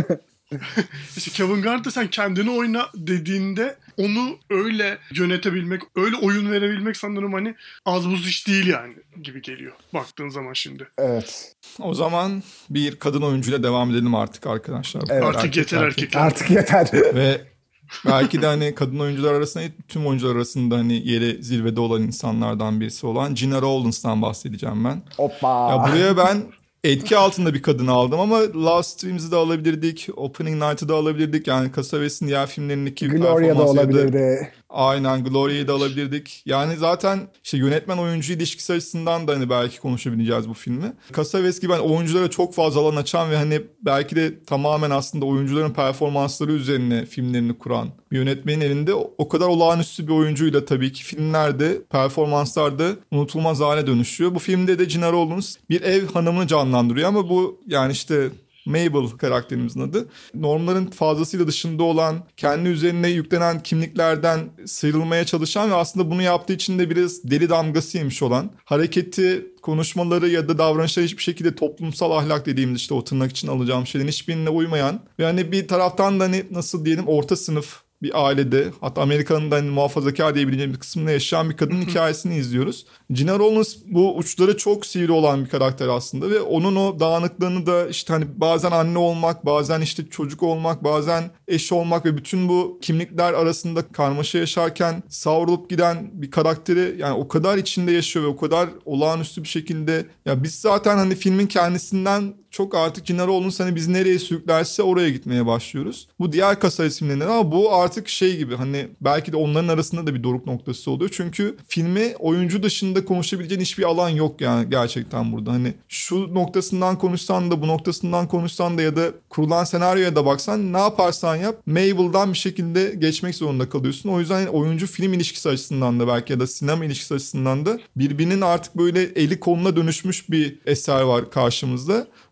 İşte Kevin Garnett'a sen kendini oyna dediğinde onu öyle yönetebilmek, öyle oyun verebilmek sanırım hani az buz iş değil yani gibi geliyor baktığın zaman şimdi. Evet. O zaman bir kadın oyuncuyla devam edelim artık arkadaşlar. Evet. Artık erkek, yeter erkek. erkekler. Artık yeter. Ve belki de hani kadın oyuncular arasında tüm oyuncular arasında hani yeri zirvede olan insanlardan birisi olan Gina Rowlands'tan bahsedeceğim ben. Hoppa. Ya buraya ben etki altında bir kadını aldım ama Last Streams'ı da alabilirdik. Opening Night'ı da alabilirdik. Yani Cassavetes'in diğer filmlerindeki Gloria da olabilirdi. Aynen Gloria'yı da alabilirdik. Yani zaten işte yönetmen oyuncu ilişkisi açısından da hani belki konuşabileceğiz bu filmi. Cassavetes gibi hani oyunculara çok fazla alan açan ve hani belki de tamamen aslında oyuncuların performansları üzerine filmlerini kuran bir yönetmenin elinde o kadar olağanüstü bir oyuncuyla tabii ki filmlerde, performanslarda unutulmaz hale dönüşüyor. Bu filmde de Gina Rowlands bir ev hanımını canlandırıyor ama bu yani işte Mabel karakterimizin adı. Normların fazlasıyla dışında olan, kendi üzerine yüklenen kimliklerden sıyrılmaya çalışan ve aslında bunu yaptığı için de biraz deli damgasıymış olan, hareketi, konuşmaları ya da davranışları hiçbir şekilde toplumsal ahlak dediğimiz işte o tırnak için alacağım şeylerin hiçbirine uymayan ve hani bir taraftan da hani nasıl diyelim orta sınıf bir ailede, hatta Amerika'nın da hani muhafazakar diyebileceğimiz bir kısmında yaşayan bir kadının hikayesini izliyoruz. Gina Rowlands bu uçları çok sivri olan bir karakter aslında ve onun o dağınıklığını da işte hani bazen anne olmak, bazen işte çocuk olmak, bazen eş olmak ve bütün bu kimlikler arasında karmaşa yaşarken savrulup giden bir karakteri yani o kadar içinde yaşıyor ve o kadar olağanüstü bir şekilde ya biz zaten hani filmin kendisinden çok artık Gina Rowlands hani bizi nereye sürüklerse oraya gitmeye başlıyoruz. Bu diğer kasa isimlerinden ama bu artık şey gibi hani belki de onların arasında da bir doruk noktası oluyor. Çünkü filmi oyuncu dışında konuşabileceğin hiçbir alan yok yani gerçekten burada. Hani şu noktasından konuşsan da bu noktasından konuşsan da ya da kurulan senaryoya da baksan ne yaparsan yap Mabel'dan bir şekilde geçmek zorunda kalıyorsun. O yüzden oyuncu film ilişkisi açısından da belki ya da sinema ilişkisi açısından da birbirinin artık böyle eli koluna dönüşmüş bir eser var karşımızda.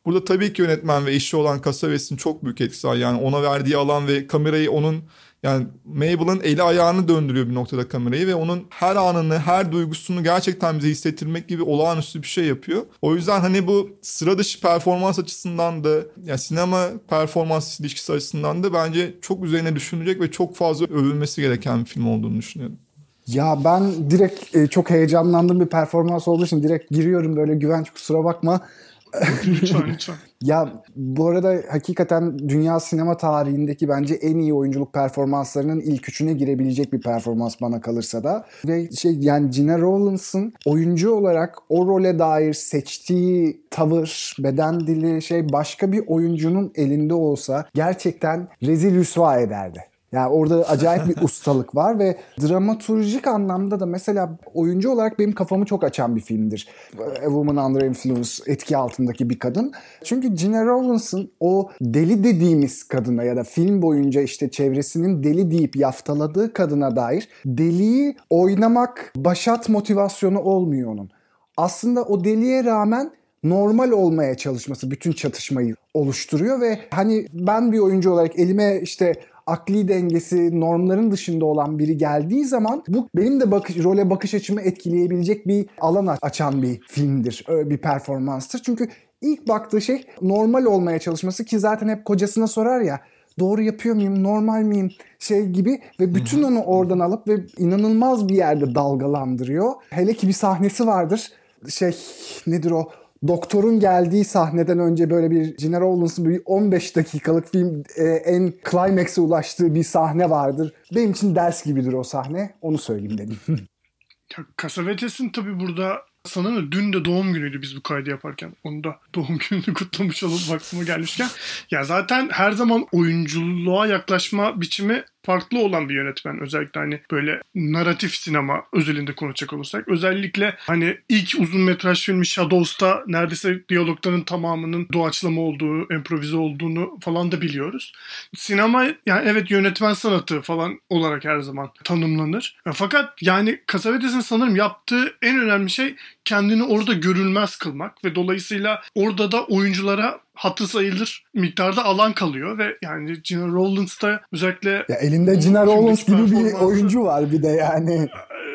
Burada tabii ki yönetmen ve işçi olan Cassavetes'in çok büyük etkisi var. Yani ona verdiği alan ve kamerayı onun, yani Mabel'ın eli ayağını döndürüyor bir noktada kamerayı ve onun her anını, her duygusunu gerçekten bize hissettirmek gibi olağanüstü bir şey yapıyor. O yüzden hani bu sıra dışı performans açısından da, yani sinema performans ilişkisi açısından da bence çok üzerine düşünülecek ve çok fazla övülmesi gereken bir film olduğunu düşünüyorum. Ya ben direkt e, çok heyecanlandığım bir performans olduğu için direkt giriyorum böyle, Güvenç kusura bakma. Lütfen lütfen. Ya bu arada hakikaten dünya sinema tarihindeki bence en iyi oyunculuk performanslarının ilk üçüne girebilecek bir performans bana kalırsa da. Ve şey, yani Gina Rowlands'ın oyuncu olarak o role dair seçtiği tavır, beden dili, şey başka bir oyuncunun elinde olsa gerçekten rezil rüsva ederdi. Yani orada acayip bir ustalık var ve dramaturjik anlamda da mesela oyuncu olarak benim kafamı çok açan bir filmdir. A Woman Under Influence, etki altındaki bir kadın. Çünkü Gina Rowlands'ın o deli dediğimiz kadına ya da film boyunca işte çevresinin deli deyip yaftaladığı kadına dair deliyi oynamak başat motivasyonu olmuyor onun. Aslında o deliye rağmen normal olmaya çalışması bütün çatışmayı oluşturuyor ve hani ben bir oyuncu olarak elime işte akli dengesi normların dışında olan biri geldiği zaman bu benim de bakış, role bakış açımı etkileyebilecek bir alan açan bir filmdir, bir performanstır. Çünkü ilk baktığı şey normal olmaya çalışması ki zaten hep kocasına sorar ya, doğru yapıyor muyum, normal miyim şey gibi ve bütün onu oradan alıp ve inanılmaz bir yerde dalgalandırıyor. Hele ki bir sahnesi vardır, şey nedir o? Doktorun geldiği sahneden önce böyle bir Gina Rowlands'ın bir on beş dakikalık film e, en climax'e ulaştığı bir sahne vardır. Benim için ders gibidir o sahne. Onu söyleyeyim dedim. Ya Cassavetes'in tabii burada sanırım dün de doğum günüydü biz bu kaydı yaparken. Onu da doğum gününü kutlamış olup aklıma gelmişken. Ya zaten her zaman oyunculuğa yaklaşma biçimi farklı olan bir yönetmen. Özellikle hani böyle narratif sinema özelinde konuşacak olursak. Özellikle hani ilk uzun metraj filmi Shadows'ta neredeyse diyalogların tamamının doğaçlama olduğu, improvize olduğunu falan da biliyoruz. Sinema yani evet yönetmen sanatı falan olarak her zaman tanımlanır. Fakat yani Cassavetes'in sanırım yaptığı en önemli şey kendini orada görülmez kılmak ve dolayısıyla orada da oyunculara hatı sayılır miktarda alan kalıyor ve yani Gina Rowlands'ta özellikle ya elinde Gina Rowlands gibi bir oyuncu var bir de yani.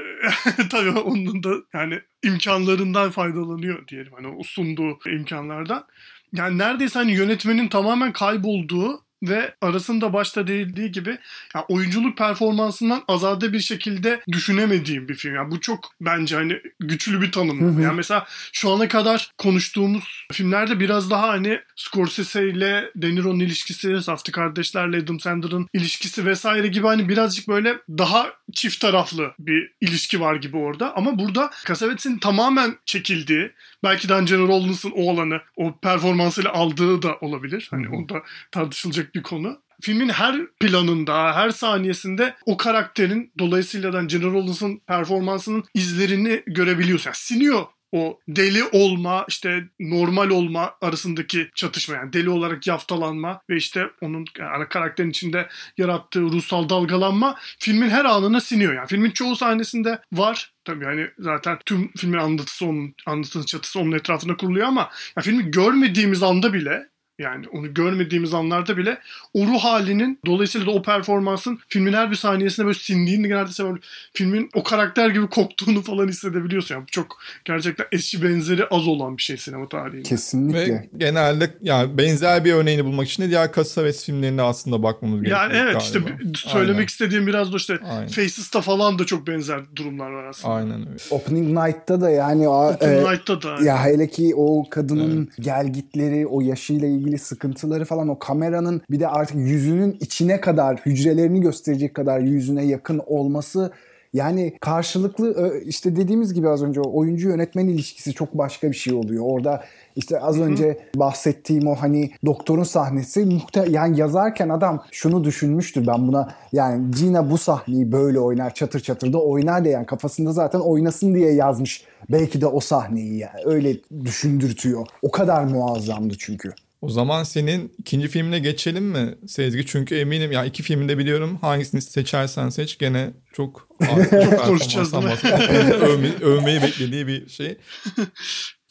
Tabii onun da yani imkanlarından faydalanıyor diyelim, hani o sunduğu imkanlardan. Yani neredeyse hani yönetmenin tamamen kaybolduğu ve arasında başta değildiği gibi yani oyunculuk performansından azade bir şekilde düşünemediğim bir film. Yani bu çok bence hani güçlü bir tanım. Hı hı. Yani mesela şu ana kadar konuştuğumuz filmlerde biraz daha hani Scorsese ile De Niro'nun ilişkisi, Safdie kardeşlerle Adam Sandler'ın ilişkisi vesaire gibi hani birazcık böyle daha çift taraflı bir ilişki var gibi orada. Ama burada Cassavetes'in tamamen çekildiği, belki de Gina Rowlands'ın o alanı, o performansıyla aldığı da olabilir. Hani o da tartışılacak bir konu. Filmin her planında, her saniyesinde o karakterin, dolayısıyla da Gina Rowlands'ın performansının izlerini görebiliyorsun. Yani siniyor o deli olma, işte normal olma arasındaki çatışma, yani deli olarak yaftalanma ve işte onun yani karakterin içinde yarattığı ruhsal dalgalanma filmin her anına siniyor. Yani filmin çoğu sahnesinde var. Tabii hani zaten tüm filmin anlatısı onun, anlatının çatısı onun etrafında kuruluyor ama yani filmi görmediğimiz anda bile, yani onu görmediğimiz anlarda bile o ruh halinin, dolayısıyla da o performansın filmin her bir saniyesinde böyle sindiğini, neredeyse böyle filmin o karakter gibi koktuğunu falan hissedebiliyorsun. Yani bu çok gerçekten eşi benzeri az olan bir şey sinema tarihinde. Kesinlikle. Ve genelde yani benzer bir örneğini bulmak için de diğer Cassavetes filmlerine aslında bakmamız gerekiyor. Yani evet galiba. işte söylemek Aynen. istediğim biraz da işte Aynen. Faces'ta falan da çok benzer durumlar var aslında. Aynen öyle. Opening Night'ta da yani Opening e, Night'ta da. Ya hele ki o kadının evet. gelgitleri, o yaşıyla ilgili sıkıntıları falan, o kameranın bir de artık yüzünün içine kadar, hücrelerini gösterecek kadar yüzüne yakın olması, yani karşılıklı işte dediğimiz gibi az önce o oyuncu yönetmen ilişkisi çok başka bir şey oluyor. Orada işte az Hı-hı. önce bahsettiğim o hani doktorun sahnesi muhte yani yazarken adam şunu düşünmüştür, ben buna yani Gina bu sahneyi böyle oynar, çatır çatır da oynar diye, yani kafasında zaten oynasın diye yazmış belki de o sahneyi, yani öyle düşündürtüyor. O kadar muazzamdı çünkü. O zaman senin ikinci filmine geçelim mi Sezgi? Çünkü eminim ya iki filmini de biliyorum. Hangisini seçersen seç gene çok çok konuşacağız değil mi? Övme, övmeyi beklediği bir şey.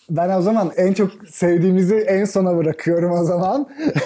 Ben o zaman en çok sevdiğimizi en sona bırakıyorum o zaman.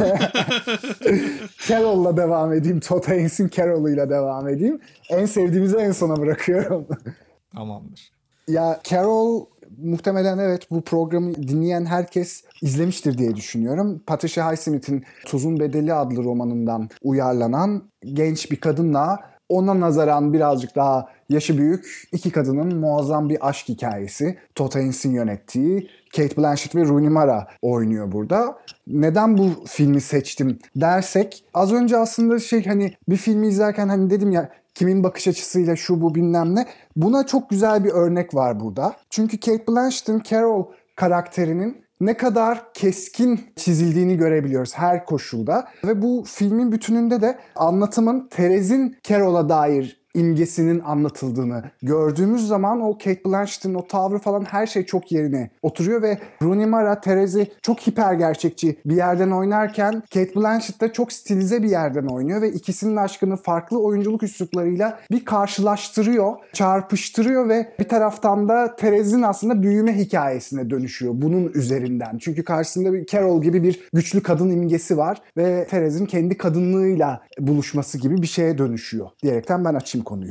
Carol'la devam edeyim. Todd Haynes'in Carol'uyla devam edeyim. En sevdiğimizi en sona bırakıyorum. Tamamdır. Ya Carol muhtemelen evet bu programı dinleyen herkes izlemiştir diye düşünüyorum. Patricia Highsmith'in Tuzun Bedeli adlı romanından uyarlanan genç bir kadınla ona nazaran birazcık daha yaşı büyük iki kadının muazzam bir aşk hikayesi. Todd Haynes'in yönettiği, Cate Blanchett ve Rooney Mara oynuyor burada. Neden bu filmi seçtim dersek, az önce aslında şey hani bir filmi izlerken hani dedim ya kimin bakış açısıyla şu bu bilmem ne. Buna çok güzel bir örnek var burada. Çünkü Cate Blanchett'in Carol karakterinin ne kadar keskin çizildiğini görebiliyoruz her koşulda. Ve bu filmin bütününde de anlatımın Therez'in Carol'a dair imgesinin anlatıldığını gördüğümüz zaman o Cate Blanchett'in o tavrı falan her şey çok yerine oturuyor ve Rooney Mara Therez'i çok hiper gerçekçi bir yerden oynarken Cate Blanchett de çok stilize bir yerden oynuyor ve ikisinin aşkını farklı oyunculuk üsluplarıyla bir karşılaştırıyor, çarpıştırıyor ve bir taraftan da Therez'in aslında büyüme hikayesine dönüşüyor bunun üzerinden. Çünkü karşısında bir Carol gibi bir güçlü kadın imgesi var ve Therez'in kendi kadınlığıyla buluşması gibi bir şeye dönüşüyor diyerekten ben açayım konuyu.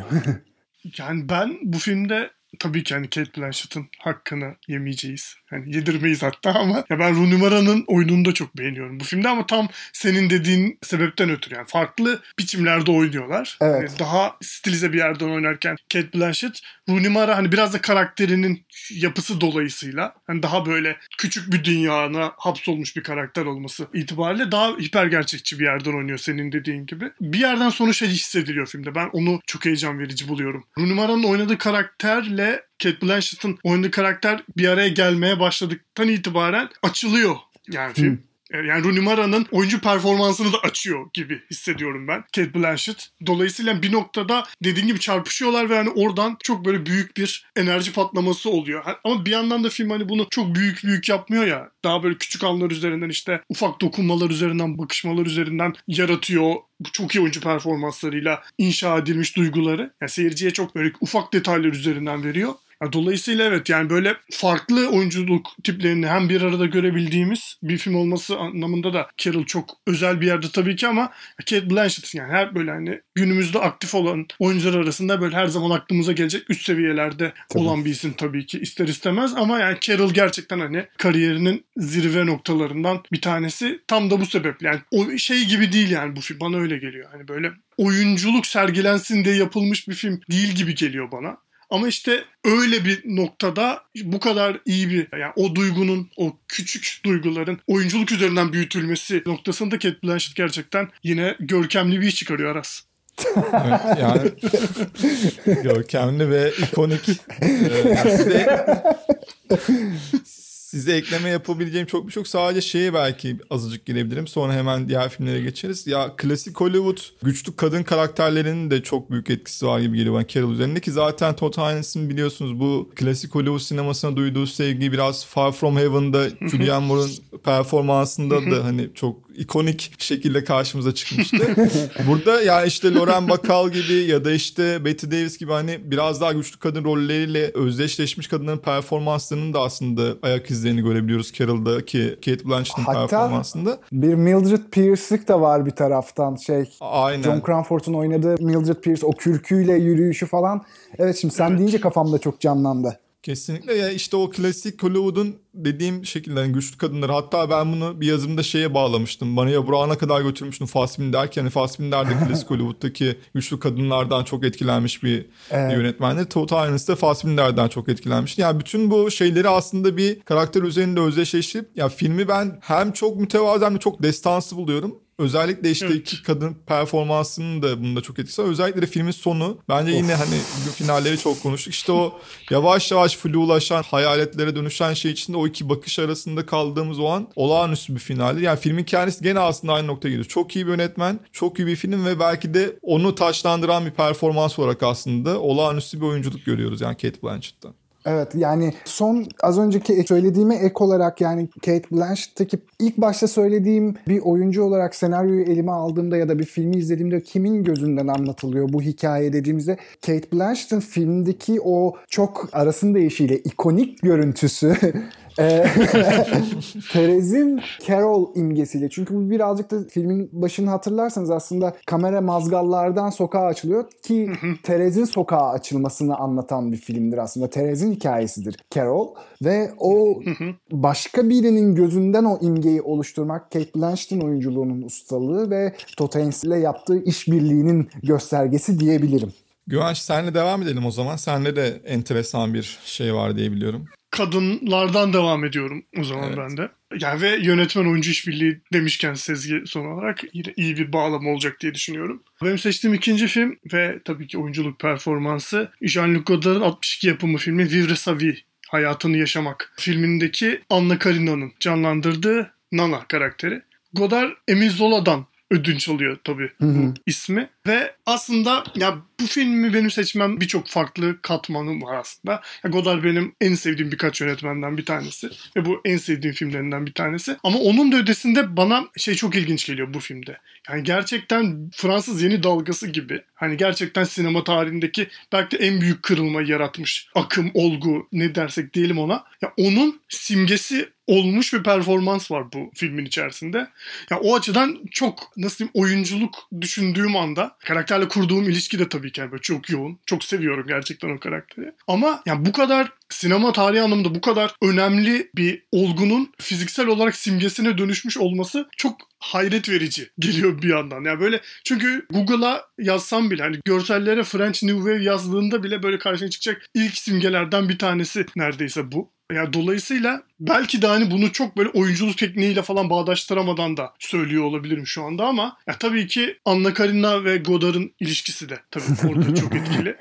Yani ben bu filmde tabii ki hani Cate Blanchett'ın hakkını yemeyeceğiz. Yani yedirmeyiz hatta ama ya ben Rooney Mara'nın oyununu da çok beğeniyorum bu filmde ama tam senin dediğin sebepten ötürü yani farklı biçimlerde oynuyorlar. Evet. Yani daha stilize bir yerden oynarken Cate Blanchett, Rooney Mara hani biraz da karakterinin yapısı dolayısıyla hani daha böyle küçük bir dünyana hapsolmuş bir karakter olması itibariyle daha hiper gerçekçi bir yerden oynuyor senin dediğin gibi. Bir yerden sonra şey hissediliyor filmde. Ben onu çok heyecan verici buluyorum. Rooney Mara'nın oynadığı karakterle Cate Blanchett'ın oynadığı karakter bir araya gelmeye başladıktan itibaren açılıyor yani film. Hmm. Yani Rooney Mara'nın oyuncu performansını da açıyor gibi hissediyorum ben Cate Blanchett. Dolayısıyla bir noktada dediğin gibi çarpışıyorlar ve hani oradan çok böyle büyük bir enerji patlaması oluyor. Ama bir yandan da film hani bunu çok büyük büyük yapmıyor ya. Daha böyle küçük anlar üzerinden işte ufak dokunmalar üzerinden, bakışmalar üzerinden yaratıyor. Bu çok iyi oyuncu performanslarıyla inşa edilmiş duyguları. Yani seyirciye çok böyle ufak detaylar üzerinden veriyor. Dolayısıyla evet yani böyle farklı oyunculuk tiplerini hem bir arada görebildiğimiz bir film olması anlamında da Carol çok özel bir yerde tabii ki ama Cate Blanchett yani her böyle hani günümüzde aktif olan oyuncular arasında böyle her zaman aklımıza gelecek üst seviyelerde tabii. olan bir isim tabii ki ister istemez ama yani Carol gerçekten hani kariyerinin zirve noktalarından bir tanesi tam da bu sebeple yani o şey gibi değil yani bu film bana öyle geliyor hani böyle oyunculuk sergilensin diye yapılmış bir film değil gibi geliyor bana. Ama işte öyle bir noktada bu kadar iyi bir yani o duygunun, o küçük duyguların oyunculuk üzerinden büyütülmesi noktasında Cate Blanchett gerçekten yine görkemli bir iş çıkarıyor Aras. Evet, yani görkemli ve ikonik. Ee, size, size ekleme yapabileceğim çok bir çok sadece şeye belki azıcık girebilirim. Sonra hemen diğer filmlere geçeriz. Ya klasik Hollywood güçlü kadın karakterlerinin de çok büyük etkisi var gibi geliyor bana Carol üzerinde ki zaten Todd Haynes'in biliyorsunuz bu klasik Hollywood sinemasına duyduğu sevgiyi biraz Far From Heaven'da Julianne Moore'un performansında da hani çok ikonik şekilde karşımıza çıkmıştı. Burada yani işte Lauren Bacall gibi ya da işte Bette Davis gibi hani biraz daha güçlü kadın rolleriyle özdeşleşmiş kadınların performanslarının da aslında ayak izlerini görebiliyoruz Carol'daki Cate Blanchett'in performansında. Bir Mildred Pierce'lik de var bir taraftan şey. Aynen. John Crawford'un oynadığı Mildred Pierce o kürküyle yürüyüşü falan. Evet şimdi sen evet. deyince kafamda çok canlandı. Kesinlikle ya işte o klasik Hollywood'un dediğim şekilde yani güçlü kadınları hatta ben bunu bir yazımda şeye bağlamıştım. Maria Braun'a kadar götürmüştüm Fassbinder ki yani Fassbinder de klasik Hollywood'daki güçlü kadınlardan çok etkilenmiş bir evet. yönetmendi. Todd Haynes de Fassbinder'den çok etkilenmişti. Yani bütün bu şeyleri aslında bir karakter üzerinde özdeşleştirip ya filmi ben hem çok mütevazı hem de çok destansı buluyorum. Özellikle işte evet. iki kadın performansının da bunda çok etkisi var. Özellikle de filmin sonu. Bence of. Yine hani finalleri çok konuştuk. İşte o yavaş yavaş flulaşan, hayaletlere dönüşen şey içinde o iki bakış arasında kaldığımız o an olağanüstü bir finaldi. Yani filmin kendisi gene aslında aynı noktaya gidiyor. Çok iyi bir yönetmen, çok iyi bir film ve belki de onu taçlandıran bir performans olarak aslında olağanüstü bir oyunculuk görüyoruz yani Cate Blanchett'tan. Evet yani son az önceki söylediğime ek olarak yani Cate Blanchett'taki ilk başta söylediğim bir oyuncu olarak senaryoyu elime aldığımda ya da bir filmi izlediğimde kimin gözünden anlatılıyor bu hikaye dediğimizde Cate Blanchett'in filmdeki o çok arasın değişiyle ikonik görüntüsü Ee, Terez'in Carol imgesiyle. Çünkü bu birazcık da filmin başını hatırlarsanız aslında kamera mazgallardan sokağa açılıyor ki Terez'in sokağa açılmasını anlatan bir filmdir aslında. Terez'in hikayesidir Carol ve o başka birinin gözünden o imgeyi oluşturmak Cate Blanchett'in oyunculuğunun ustalığı ve Todd Haynes ile yaptığı işbirliğinin göstergesi diyebilirim. Güvenç, senle devam edelim o zaman. Sende de enteresan bir şey var diye biliyorum. Kadınlardan devam ediyorum o zaman Evet. ben de. Yani ve yönetmen oyuncu işbirliği demişken Sezgi son olarak yine iyi bir bağlama olacak diye düşünüyorum. Benim seçtiğim ikinci film ve tabii ki oyunculuk performansı Jean-Luc Godard'ın altmış iki yapımı filmi Vivre sa vie, Hayatını Yaşamak filmindeki Anna Karenina'nın canlandırdığı Nana karakteri. Godard Émile Zola'dan ödünç alıyor tabii Hı hı. bu ismi. Ve aslında ya bu filmi benim seçmem birçok farklı katmanı var aslında. Ya Godard benim en sevdiğim birkaç yönetmenden bir tanesi. Ve bu en sevdiğim filmlerinden bir tanesi. Ama onun da ötesinde bana şey çok ilginç geliyor bu filmde. Yani gerçekten Fransız yeni dalgası gibi. Hani gerçekten sinema tarihindeki belki de en büyük kırılmayı yaratmış akım, olgu ne dersek diyelim ona. Ya onun simgesi olmuş bir performans var bu filmin içerisinde. Ya o açıdan çok nasıl diyeyim oyunculuk düşündüğüm anda karakterle kurduğum ilişki de tabii ki yani böyle çok yoğun. Çok seviyorum gerçekten o karakteri. Ama yani bu kadar sinema tarihi anlamında bu kadar önemli bir olgunun fiziksel olarak simgesine dönüşmüş olması çok hayret verici geliyor bir yandan. Yani böyle çünkü Google'a yazsam bile hani görsellere French New Wave yazdığında bile böyle karşına çıkacak ilk simgelerden bir tanesi neredeyse bu. Yani dolayısıyla belki de hani bunu çok böyle oyunculuk tekniğiyle falan bağdaştıramadan da söylüyor olabilirim şu anda ama ya tabii ki Anna Karenina ve Godard'ın ilişkisi de tabii orada çok etkili.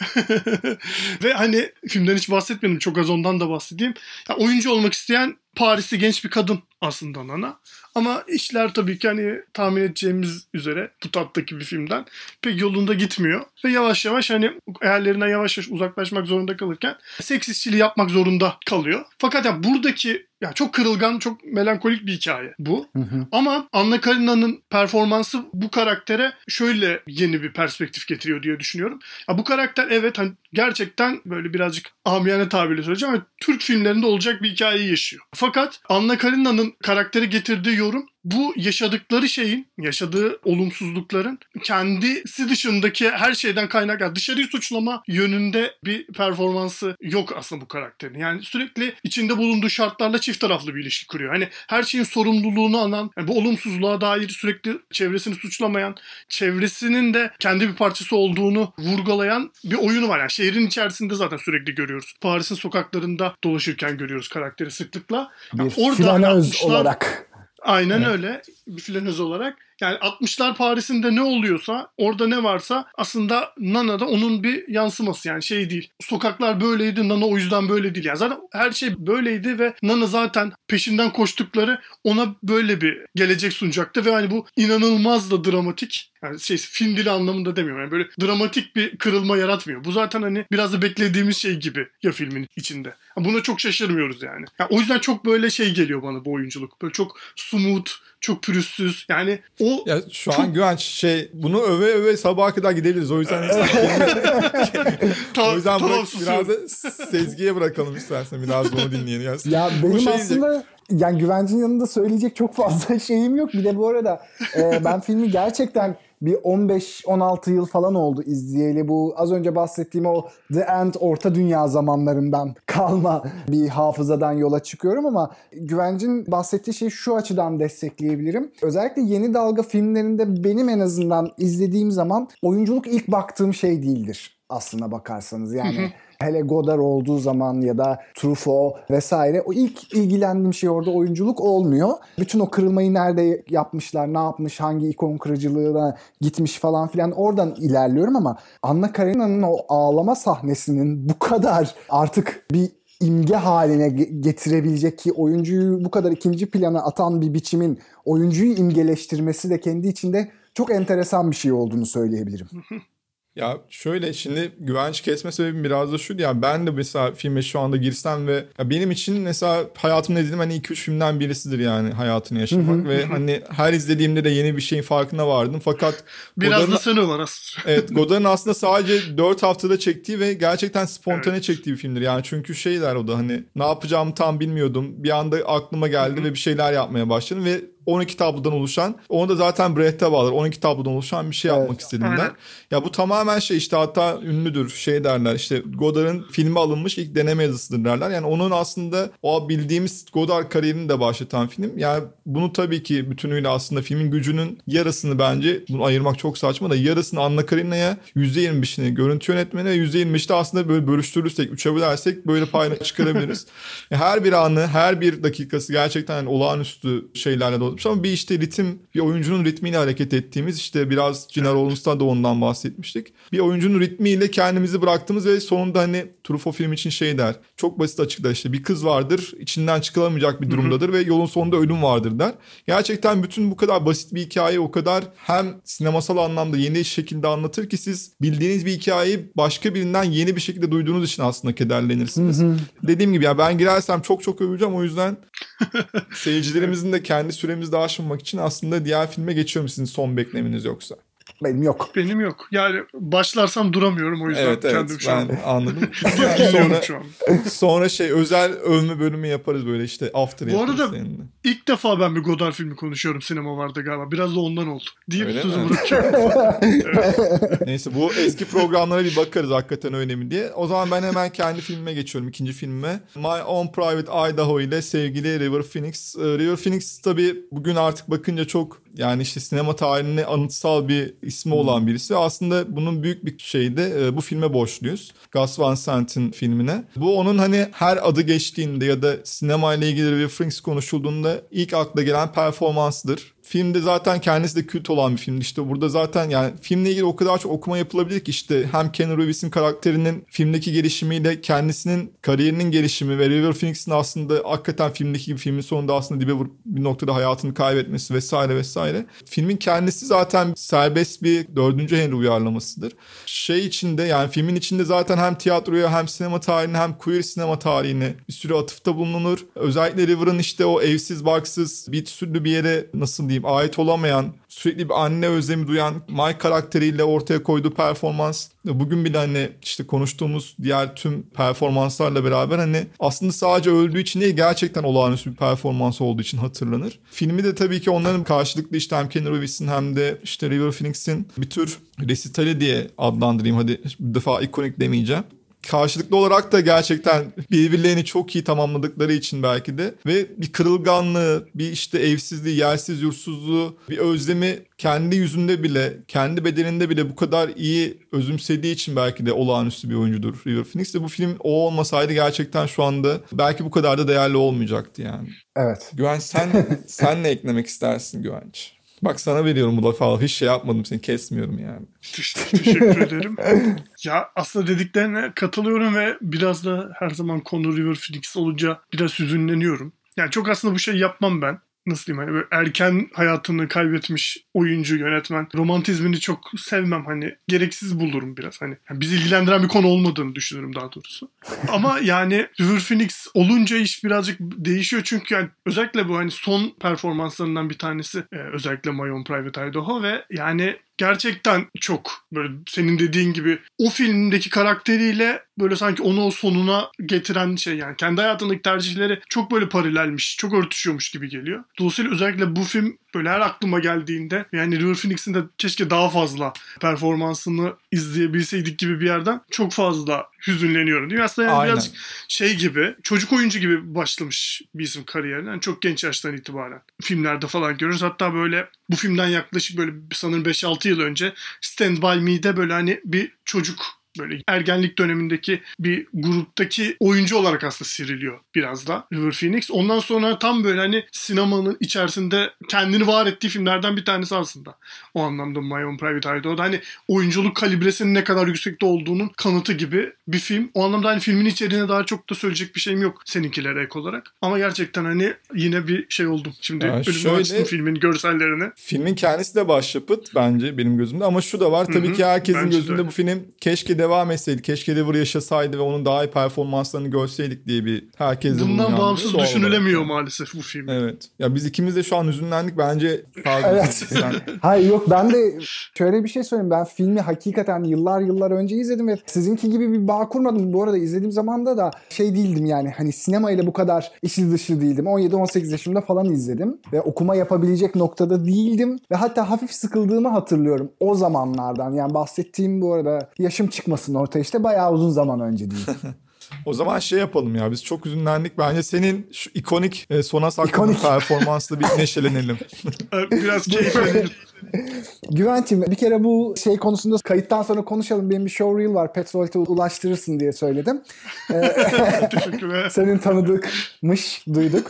Ve hani filmden hiç bahsetmedim, çok az ondan da bahsedeyim. Ya oyuncu olmak isteyen Parisli genç bir kadın aslında Nana. Ama işler tabii ki hani tahmin edeceğimiz üzere bu tattaki bir filmden pek yolunda gitmiyor. Ve yavaş yavaş hani hayallerinden yavaş yavaş uzaklaşmak zorunda kalırken seks işçiliği yapmak zorunda kalıyor. Fakat ya buradaki ya çok kırılgan, çok melankolik bir hikaye bu. Hı hı. Ama Anna Karenina'nın performansı bu karaktere şöyle yeni bir perspektif getiriyor diye düşünüyorum. Ya bu karakter evet hani gerçekten böyle birazcık amiyane tabirle söyleyeceğim ama Türk filmlerinde olacak bir hikayeyi yaşıyor. Fakat Anna Karenina'nın karakteri getirdiği yorum bu yaşadıkları şeyin, yaşadığı olumsuzlukların kendisi dışındaki her şeyden kaynak, yani dışarıyı suçlama yönünde bir performansı yok aslında bu karakterin. Yani sürekli içinde bulunduğu şartlarla çift taraflı bir ilişki kuruyor. Hani her şeyin sorumluluğunu alan, yani bu olumsuzluğa dair sürekli çevresini suçlamayan, çevresinin de kendi bir parçası olduğunu vurgulayan bir oyunu var. Yani şehrin içerisinde zaten sürekli görüyoruz. Paris'in sokaklarında dolaşırken görüyoruz karakteri sıklıkla. Bir Yani orada flanöz altmışlar olarak. Aynen evet. Öyle. Bir flanöz olarak. Yani altmışlar Paris'inde ne oluyorsa, orada ne varsa aslında Nana da onun bir yansıması. Yani şey değil. Sokaklar böyleydi, Nana o yüzden böyle değil. Yani zaten her şey böyleydi ve Nana zaten peşinden koştukları ona böyle bir gelecek sunacaktı. Ve hani bu inanılmaz da dramatik. Yani şey film dili anlamında demiyorum. Yani böyle dramatik bir kırılma yaratmıyor. Bu zaten hani biraz da beklediğimiz şey gibi ya filmin içinde. Buna çok şaşırmıyoruz yani. yani. O yüzden çok böyle şey geliyor bana bu oyunculuk. Böyle çok smooth, çok pürüzsüz. Yani o ya şu çok... an Güvenç şey bunu öve öve sabaha kadar gidebiliriz. O yüzden Ta- o yüzden tamam, bırak, biraz da Sezgi'ye bırakalım istersen. Biraz da onu dinleyelim. Yani, Ya benim şey aslında diyecek... yani Güvencin yanında söyleyecek çok fazla şeyim yok. Bir de bu arada e, ben filmi gerçekten bir on beş on altı yıl falan oldu izleyeli. Bu az önce bahsettiğim o The End Orta Dünya zamanlarından kalma bir hafızadan yola çıkıyorum ama Güvencin bahsettiği şeyi şu açıdan destekleyebilirim. Özellikle yeni dalga filmlerinde benim en azından izlediğim zaman oyunculuk ilk baktığım şey değildir aslına bakarsanız. Yani hele Godard olduğu zaman ya da Truffaut vesaire o ilk ilgilendiğim şey orada oyunculuk olmuyor. Bütün o kırılmayı nerede yapmışlar, ne yapmış, hangi ikon kırıcılığına gitmiş falan filan oradan ilerliyorum ama Anna Karenina'nın o ağlama sahnesinin bu kadar artık bir imge haline getirebilecek ki oyuncuyu bu kadar ikinci plana atan bir biçimin oyuncuyu imgeleştirmesi de kendi içinde çok enteresan bir şey olduğunu söyleyebilirim. Ya şöyle, şimdi güvenç kesme sebebim biraz da şu. Yani ben de mesela filme şu anda girsem ve ya benim için mesela hayatımda izlediğim hani iki üç filmden birisidir yani hayatını yaşamak. Ve hani her izlediğimde de yeni bir şeyin farkına vardım. Fakat biraz Godard'ın, da sen var aslında. evet, Godard'ın aslında sadece dört haftada çektiği ve gerçekten spontane evet. çektiği bir filmdir. Yani çünkü şeyler, o da hani ne yapacağımı tam bilmiyordum. Bir anda aklıma geldi ve bir şeyler yapmaya başladım ve on iki tablodan oluşan, onu da zaten Brecht'e bağlar. on iki tablodan oluşan bir şey evet. yapmak istedim der. Ya bu tamamen şey işte, hatta ünlüdür, şey derler işte, Godard'ın filme alınmış ilk deneme yazısıdır derler. Yani onun aslında o bildiğimiz Godard kariyerini de başlatan film. Yani bunu tabii ki bütünüyle aslında filmin gücünün yarısını, bence bunu ayırmak çok saçma da, yarısını Anna Karenina'ya, yüzde yirmi beşini görüntü yönetmeni ve yüzde yirmi beşi de aslında böyle bölüştürürsek, üçe bölersek böyle payına çıkarabiliriz. Her bir anı, her bir dakikası gerçekten yani olağanüstü şeylerle dolu. Ama bir işte ritim, bir oyuncunun ritmiyle hareket ettiğimiz, işte biraz Gina Rollins'ta da ondan bahsetmiştik. Bir oyuncunun ritmiyle kendimizi bıraktığımız ve sonunda hani Truffaut film için şey der. Çok basit açıklar, işte bir kız vardır, içinden çıkılamayacak bir durumdadır ve yolun sonunda ölüm vardır der. Gerçekten bütün bu kadar basit bir hikayeyi o kadar hem sinemasal anlamda yeni şekilde anlatır ki siz bildiğiniz bir hikayeyi başka birinden yeni bir şekilde duyduğunuz için aslında kederlenirsiniz. Dediğim gibi ya, ben girersem çok çok öveceğim, o yüzden seyircilerimizin de kendi süremizde aşmamak için aslında diğer filme geçiyorum, sizin son beklemeniz yoksa. Benim yok. Benim yok. Yani başlarsam duramıyorum, o yüzden evet, evet, kendim şu ben an. anladım. sonra, şu an. sonra şey, özel övme bölümü yaparız böyle, işte after Bu arada seninle. İlk defa ben bir Godard filmi konuşuyorum Sinema Var'da galiba. Biraz da ondan oldu. Deyip Öyle sözümü bırakıyorum. evet. Neyse, bu eski programlara bir bakarız hakikaten öyle mi diye. O zaman ben hemen kendi filmime geçiyorum, ikinci filmime. My Own Private Idaho ile sevgili River Phoenix. River Phoenix tabii bugün artık bakınca çok, yani işte sinema tarihine anıtsal bir ismi olan birisi. Aslında bunun büyük bir şeyi de bu filme borçluyuz. Gus Van Sant'in filmine. Bu onun hani her adı geçtiğinde ya da sinema ile ilgili River Phoenix konuşulduğunda ilk akla gelen performansıdır. Filmde zaten kendisi de kült olan bir filmdi. İşte burada zaten yani filmle ilgili o kadar çok okuma yapılabilir ki, işte hem Keanu Reeves'in karakterinin filmdeki gelişimiyle kendisinin kariyerinin gelişimi ve River Phoenix'in aslında hakikaten filmdeki gibi filmin sonunda aslında dibe vurup bir noktada hayatını kaybetmesi vesaire vesaire. Filmin kendisi zaten serbest bir dördüncü Henry uyarlamasıdır. Şey içinde, yani filmin içinde zaten hem tiyatroya hem sinema tarihine hem queer sinema tarihine bir sürü atıfta bulunur. Özellikle River'ın işte o evsiz barksız bir türlü bir yere nasıl diyeyim ait olamayan, sürekli bir anne özlemi duyan Mike karakteriyle ortaya koyduğu performans, bugün bile hani işte konuştuğumuz diğer tüm performanslarla beraber hani aslında sadece öldüğü için değil, gerçekten olağanüstü bir performans olduğu için hatırlanır. Filmi de tabii ki onların karşılıklı işte hem Keanu Reeves'in hem de işte River Phoenix'in bir tür resitali diye adlandırayım, hadi bir defa ikonik demeyeceğim. Karşılıklı olarak da gerçekten birbirlerini çok iyi tamamladıkları için belki de, ve bir kırılganlığı, bir işte evsizliği, yersiz yursuzluğu, bir özlemi kendi yüzünde bile, kendi bedeninde bile bu kadar iyi özümsediği için belki de olağanüstü bir oyuncudur River Phoenix. De bu film o olmasaydı gerçekten şu anda belki bu kadar da değerli olmayacaktı yani. Evet. Güvenç, sen sen ne eklemek istersin Güvenç? Bak sana veriyorum bu lafı, hiç şey yapmadım, seni kesmiyorum yani. Teşekkür ederim. Ya aslında dediklerine katılıyorum ve biraz da her zaman konu River Phoenix olunca biraz hüzünleniyorum. Yani çok aslında bu şey yapmam ben. Nasıl diyeyim, hani böyle erken hayatını kaybetmiş oyuncu, yönetmen romantizmini çok sevmem, hani gereksiz bulurum biraz, hani yani bizi ilgilendiren bir konu olmadığını düşünüyorum daha doğrusu. Ama yani River Phoenix olunca iş birazcık değişiyor, çünkü yani özellikle bu hani son performanslarından bir tanesi e, özellikle My Own Private Idaho ve yani gerçekten çok böyle senin dediğin gibi o filmdeki karakteriyle böyle sanki onu o sonuna getiren şey, yani kendi hayatındaki tercihleri çok böyle paralelmiş, çok örtüşüyormuş gibi geliyor. Dolayısıyla özellikle bu film böyle her aklıma geldiğinde, yani River Phoenix'in de keşke daha fazla performansını izleyebilseydik gibi bir yerden çok fazla hüzünleniyorum. Değil mi? Aslında yani birazcık şey gibi, çocuk oyuncu gibi başlamış bir isim kariyerine. Yani çok genç yaştan itibaren filmlerde falan görürüz. Hatta böyle bu filmden yaklaşık böyle sanırım beş altı yıl önce Stand By Me'de böyle hani bir çocuk Böyle ergenlik dönemindeki bir gruptaki oyuncu olarak aslında seriliyor biraz da River Phoenix. Ondan sonra tam böyle hani sinemanın içerisinde kendini var ettiği filmlerden bir tanesi aslında. O anlamda My Own Private Idaho. O da hani oyunculuk kalibresinin ne kadar yüksekte olduğunun kanıtı gibi bir film. O anlamda hani filmin içeriğine daha çok da söyleyecek bir şeyim yok seninkilere ek olarak. Ama gerçekten hani yine bir şey oldum. Şimdi yani önüme şöyle, açtım filmin görsellerini. Filmin kendisi de başyapıt bence benim gözümde. Ama şu da var tabii Hı-hı, ki herkesin bence gözünde de. bu film keşke devam etseydi. Keşke River yaşasaydı ve onun daha iyi performanslarını görseydik diye bir herkes bundan bağımsız düşünülemiyor maalesef bu film. Evet. Ya biz ikimiz de şu an üzünlendik. Bence evet. Sen... Hayır yok ben de şöyle bir şey söyleyeyim. Ben filmi hakikaten yıllar yıllar önce izledim ve sizinki gibi bir bağ kurmadım. Bu arada izlediğim zamanda da şey değildim yani hani sinemayla bu kadar içli dışı değildim. on yedi on sekiz yaşımda falan izledim ve okuma yapabilecek noktada değildim ve hatta hafif sıkıldığımı hatırlıyorum o zamanlardan. Yani bahsettiğim bu arada yaşım çıkmasın ortaya işte bayağı uzun zaman önce değil. O zaman şey yapalım ya, biz çok üzünlendik. Bence senin şu ikonik e, sona sakladığın performansla bir neşelenelim. Biraz keyiflenelim. Güvenç'im bir kere bu şey konusunda kayıttan sonra konuşalım. Benim bir showreel var. Petrol'te ulaştırırsın diye söyledim. Teşekkürler. Senin tanıdıkmış, duyduk.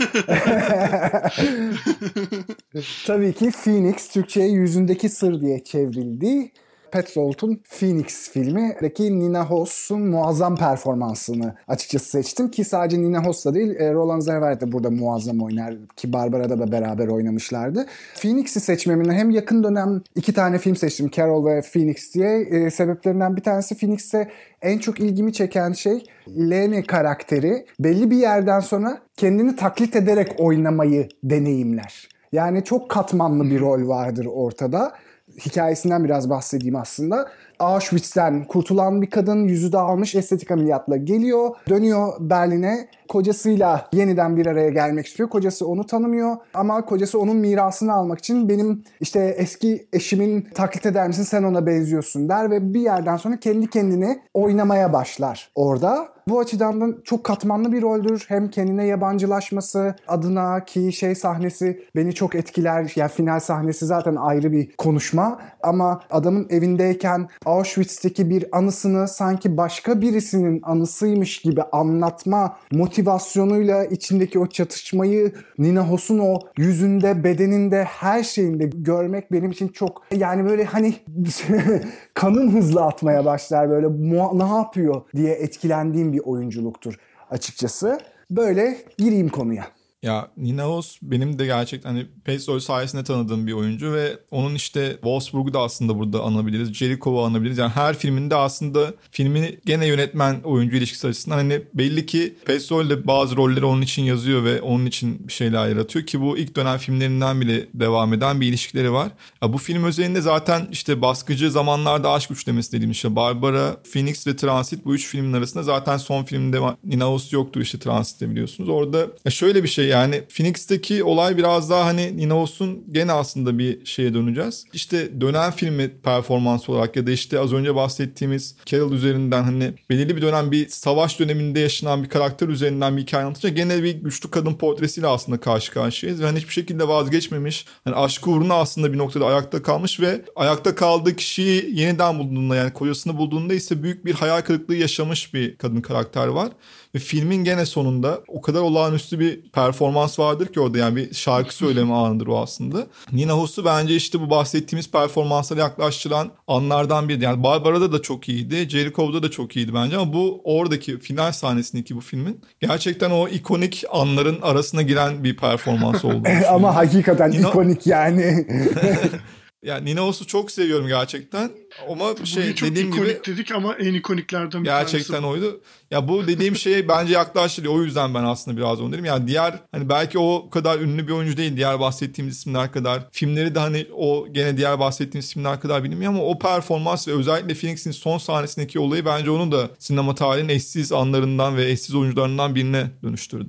Tabii ki Phoenix Türkçe'ye Yüzündeki Sır diye çevrildi. Petzold'un Phoenix filmindeki Nina Hoss'un muazzam performansını açıkçası seçtim ki sadece Nina Hoss'la değil Roland Zervaert de burada muazzam oynar ki Barbara'da da beraber oynamışlardı. Phoenix'i seçmemin hem yakın dönem iki tane film seçtim Carol ve Phoenix diye e, sebeplerinden bir tanesi Phoenix'te en çok ilgimi çeken şey Lene karakteri belli bir yerden sonra kendini taklit ederek oynamayı deneyimler. Yani çok katmanlı bir rol vardır ortada. Hikayesinden biraz bahsedeyim aslında. Auschwitz'ten kurtulan bir kadın yüzü dağılmış estetik ameliyatla geliyor. Dönüyor Berlin'e. Kocasıyla yeniden bir araya gelmek istiyor. Kocası onu tanımıyor ama kocası onun mirasını almak için benim işte eski eşimin taklit eder misin sen ona benziyorsun der ve bir yerden sonra kendi kendine oynamaya başlar orada. Bu açıdan da çok katmanlı bir roldür. Hem kendine yabancılaşması adına ki şey sahnesi beni çok etkiler. Yani final sahnesi zaten ayrı bir konuşma. Ama adamın evindeyken Auschwitz'teki bir anısını sanki başka birisinin anısıymış gibi anlatma motivasyonuyla içindeki o çatışmayı Nina Hoss'un o yüzünde, bedeninde, her şeyinde görmek benim için çok yani böyle hani kanın hızlı atmaya başlar böyle ne yapıyor diye etkilendiğim bir oyunculuktur açıkçası. Böyle gireyim konuya. Ya Nina Hoss benim de gerçekten hani Petzold sayesinde tanıdığım bir oyuncu ve onun işte Wolfsburg'u da aslında burada anabiliriz. Jericho'u anabiliriz. Yani her filminde aslında filmini gene yönetmen oyuncu ilişkisi açısından hani belli ki Petzold de bazı rolleri onun için yazıyor ve onun için bir şeyler yaratıyor ki bu ilk dönem filmlerinden bile devam eden bir ilişkileri var. Ya bu film özelinde zaten işte baskıcı zamanlarda aşk üçlemesi dediğimiz işte Barbara, Phoenix ve Transit bu üç filmin arasında zaten son filmde Nina Hoss yoktur işte Transit'te biliyorsunuz. Orada şöyle bir şey yani Phoenix'teki olay biraz daha hani Nina Hoss'un gene aslında bir şeye döneceğiz. İşte dönem filmi performansı olarak ya da işte az önce bahsettiğimiz Carol üzerinden hani belirli bir dönem bir savaş döneminde yaşanan bir karakter üzerinden bir hikaye anlatınca gene bir güçlü kadın portresiyle aslında karşı karşıyayız. Ve hani hiçbir şekilde vazgeçmemiş. Hani aşkı uğruna aslında bir noktada ayakta kalmış ve ayakta kaldığı kişiyi yeniden bulduğunda yani kocasını bulduğunda ise büyük bir hayal kırıklığı yaşamış bir kadın karakter var. Ve filmin gene sonunda o kadar olağanüstü bir performans vardır ki orada yani bir şarkı söyleme anıdır o aslında. Nina Hoss'u bence işte bu bahsettiğimiz performanslara yaklaştıran anlardan biri. Yani Barbara'da da çok iyiydi. Jericho'da da çok iyiydi bence ama bu oradaki final sahnesindeki bu filmin gerçekten o ikonik anların arasına giren bir performans oldu. Ama hakikaten Nina... ikonik yani. Yani Nina Hoss'u çok seviyorum gerçekten. Ama şey çok dediğim ikonik gibi dedik ama en ikoniklerden bir gerçekten tanesi. oydu. Ya bu dediğim şeye bence yaklaştırıyor. O yüzden ben aslında biraz onu dedim. Yani diğer hani belki o kadar ünlü bir oyuncu değil. Diğer bahsettiğimiz isimler kadar. Filmleri de hani o gene diğer bahsettiğimiz isimler kadar bilinmiyor ama o performans ve özellikle Phoenix'in son sahnesindeki olayı bence onu da sinema tarihinin eşsiz anlarından ve eşsiz oyuncularından birine dönüştürdü.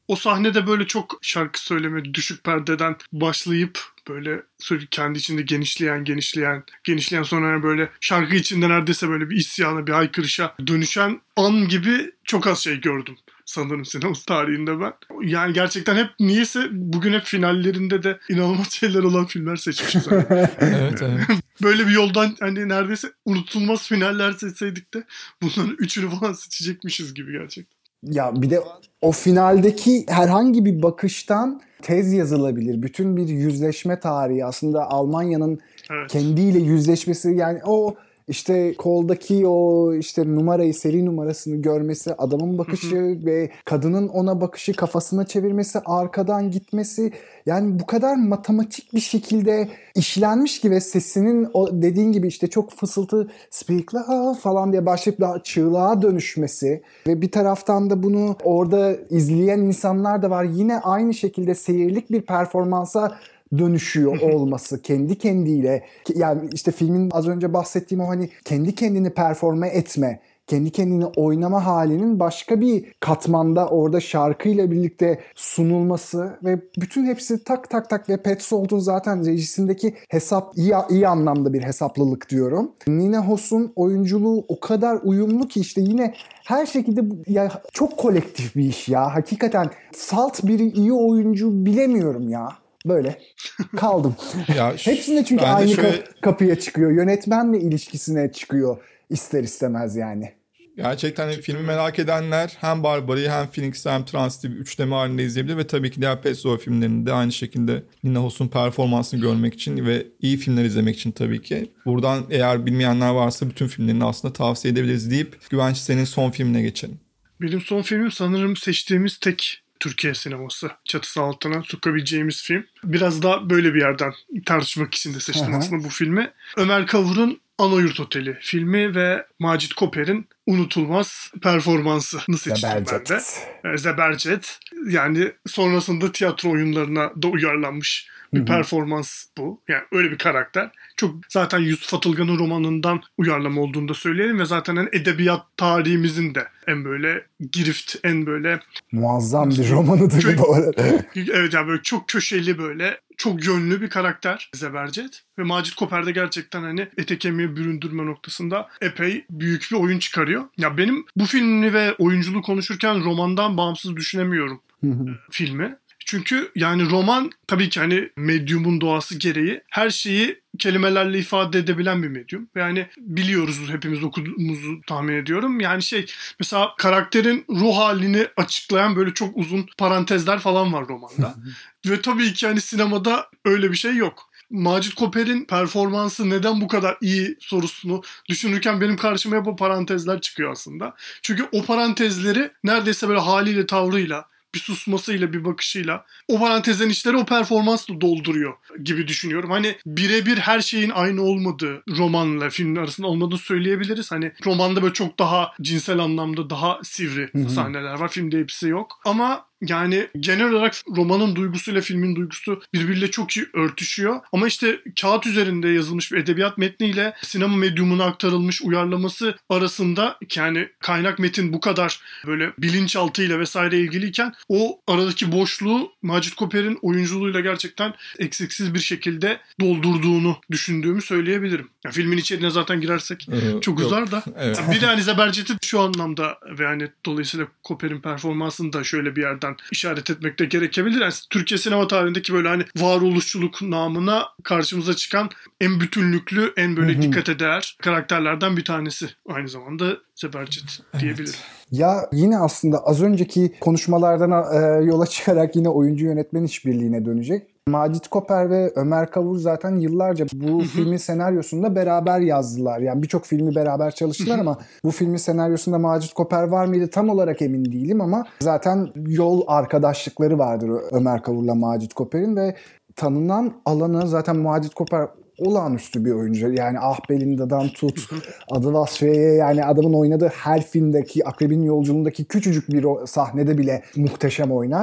O sahnede böyle çok şarkı söyleme, düşük perdeden başlayıp böyle sürekli kendi içinde genişleyen, genişleyen, genişleyen sonra böyle şarkı içinde neredeyse böyle bir isyana, bir haykırışa dönüşen an gibi çok az şey gördüm sanırım sinema tarihinde ben. Yani gerçekten hep niyeyse bugün hep finallerinde de inanılmaz şeyler olan filmler seçmişiz. Yani. Evet, evet. Böyle bir yoldan hani neredeyse unutulmaz finaller seçseydik de bunların üçünü falan seçecekmişiz gibi gerçekten. Ya bir de o finaldeki herhangi bir bakıştan tez yazılabilir. Bütün bir yüzleşme tarihi aslında Almanya'nın evet. kendiyle yüzleşmesi, yani o işte koldaki o işte numarayı, seri numarasını görmesi, adamın bakışı hı hı. ve kadının ona bakışı, kafasına çevirmesi, arkadan gitmesi, yani bu kadar matematik bir şekilde işlenmiş ki ve sesinin o dediğin gibi işte çok fısıltı, speak love falan diye başlayıp daha çığlığa dönüşmesi ve bir taraftan da bunu orada izleyen insanlar da var. Yine aynı şekilde seyirlik bir performansa dönüşüyor olması kendi kendiyle, yani işte filmin az önce bahsettiğim o hani kendi kendini performe etme, kendi kendini oynama halinin başka bir katmanda orada şarkıyla birlikte sunulması ve bütün hepsi tak tak tak ve Petzold'un zaten rejisindeki hesap iyi, iyi anlamda bir hesaplılık diyorum. Nina Hoss'un oyunculuğu o kadar uyumlu ki işte yine her şekilde ya çok kolektif bir iş ya. Hakikaten salt bir iyi oyuncu bilemiyorum ya. Böyle kaldım. Ya hepsinde çünkü aynı şöyle... kapıya çıkıyor. Yönetmenle ilişkisine çıkıyor ister istemez yani. Gerçekten filmi merak edenler hem Barbara'yı hem Phoenix'i hem Transit'i bir üçleme halinde izleyebilir ve tabii ki diğer Petzold filmlerinde de aynı şekilde Nina Hoss'un performansını görmek için ve iyi filmler izlemek için tabii ki. Buradan eğer bilmeyenler varsa bütün filmlerini aslında tavsiye edebiliriz deyip Güvenç, senin son filmine geçelim. Benim son filmim sanırım seçtiğimiz tek Türkiye sineması çatısı altına sokabileceğimiz film. Biraz da böyle bir yerden tartışmak için de seçtim Aha. aslında bu filmi. Ömer Kavur'un Anayurt Oteli filmi ve Macit Koper'in unutulmaz performansını seçtim Zebercet. ben de. Zebercet. Yani sonrasında tiyatro oyunlarına da uyarlanmış bir Hı-hı. performans bu. Yani öyle bir karakter. Çok zaten Yusuf Atılgan'ın romanından uyarlama olduğunu da söyleyelim ve zaten yani edebiyat tarihimizin de en böyle girift, en böyle muazzam bir romanıdır kö- bu arada. Evet, yani böyle çok köşeli, böyle çok yönlü bir karakter Zebercet. Ve Macit Koper de gerçekten hani ete kemiğe büründürme noktasında epey büyük bir oyun çıkarıyor. Ya benim bu filmi ve oyunculuğu konuşurken romandan bağımsız düşünemiyorum filmi. Çünkü yani roman tabii ki hani medyumun doğası gereği her şeyi kelimelerle ifade edebilen bir medyum. Yani biliyoruz, hepimiz okuduğumuzu tahmin ediyorum. Yani şey, mesela karakterin ruh halini açıklayan böyle çok uzun parantezler falan var romanda. Ve tabii ki hani sinemada öyle bir şey yok. Macit Koper'in performansı neden bu kadar iyi sorusunu düşünürken benim karşıma hep o parantezler çıkıyor aslında. Çünkü o parantezleri neredeyse böyle haliyle, tavrıyla, bir susmasıyla, bir bakışıyla o parantezlerin içleri o performansla dolduruyor gibi düşünüyorum. Hani birebir her şeyin aynı olmadığı, romanla filmin arasında olmadığını söyleyebiliriz. Hani romanda böyle çok daha cinsel anlamda daha sivri Hı-hı. sahneler var. Filmde hepsi yok. Ama yani genel olarak romanın duygusuyla filmin duygusu birbiriyle çok iyi örtüşüyor. Ama işte kağıt üzerinde yazılmış bir edebiyat metniyle sinema medyumuna aktarılmış uyarlaması arasında, yani kaynak metin bu kadar böyle bilinçaltıyla vesaire ilgiliyken o aradaki boşluğu Macit Koper'in oyunculuğuyla gerçekten eksiksiz bir şekilde doldurduğunu düşündüğümü söyleyebilirim. Yani filmin içeriğine zaten girersek ee, çok uzar yok. da. Evet. Bir de hani Zebercet'i şu anlamda ve yani dolayısıyla Koper'in performansını da şöyle bir yerden işaret etmek de gerekebilir. Yani Türkiye sinema tarihindeki böyle hani varoluşçuluk namına karşımıza çıkan en bütünlüklü, en böyle Hı-hı. dikkate değer karakterlerden bir tanesi. Aynı zamanda Zebercet diyebilirim. Evet. Ya yine aslında az önceki konuşmalardan e, yola çıkarak yine oyuncu yönetmen işbirliğine dönecek. Macit Koper ve Ömer Kavur zaten yıllarca bu Hı-hı. filmin senaryosunda beraber yazdılar. Yani birçok filmi beraber çalıştılar Hı-hı. ama bu filmin senaryosunda Macit Koper var mıydı tam olarak emin değilim ama zaten yol arkadaşlıkları vardır Ömer Kavur'la Macit Koper'in ve tanınan alanı zaten Macit Koper olağanüstü bir oyuncu. Yani Ah Belinda'dan tut, Adı Vasfiye'ye, yani adamın oynadığı her filmdeki, Akrebin Yolculuğundaki küçücük bir sahnede bile muhteşem oynar.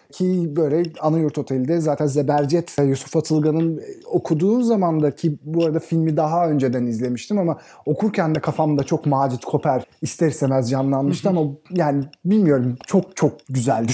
Ki böyle Anayurt Oteli'de zaten Zebercet Yusuf Atılgan'ın okuduğun zaman da, ki bu arada filmi daha önceden izlemiştim ama okurken de kafamda çok Macit Koper ister istemez canlanmıştı ama yani bilmiyorum, çok çok güzeldi.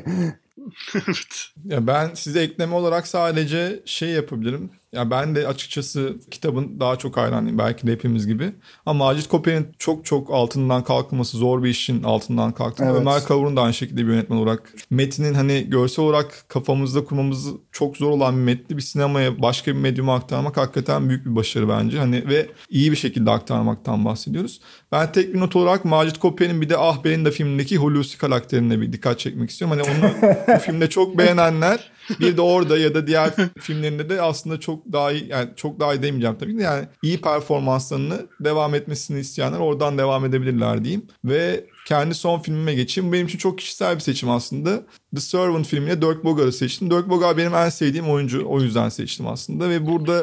Evet. Ya ben size ekleme olarak sadece şey yapabilirim. Ya ben de açıkçası kitabın daha çok hayranıyım, belki de hepimiz gibi. Ama Macit Koper'in çok çok altından kalkması, zor bir işin altından kalktığını. Evet. Ömer Kavur'un da aynı şekilde bir yönetmen olarak metnin hani görsel olarak kafamızda kurmamız çok zor olan bir metni bir sinemaya, başka bir medyuma aktarmak hakikaten büyük bir başarı bence. Hani ve iyi bir şekilde aktarmaktan bahsediyoruz. Ben tek bir not olarak Macit Koper'in bir de Ah Belinda filmindeki Hulusi karakterine bir dikkat çekmek istiyorum. Hani onu bu filmde çok beğenenler, bir de orada ya da diğer filmlerinde de aslında çok daha iyi, yani çok daha iyi demeyeceğim tabii de, yani iyi performanslarını devam etmesini isteyenler oradan devam edebilirler diyeyim. Ve kendi son filmime geçeyim. Benim için çok kişisel bir seçim aslında. The Servant filmine Dirk Bogart'ı seçtim. Dirk Boggart benim en sevdiğim oyuncu. O yüzden seçtim aslında. Ve burada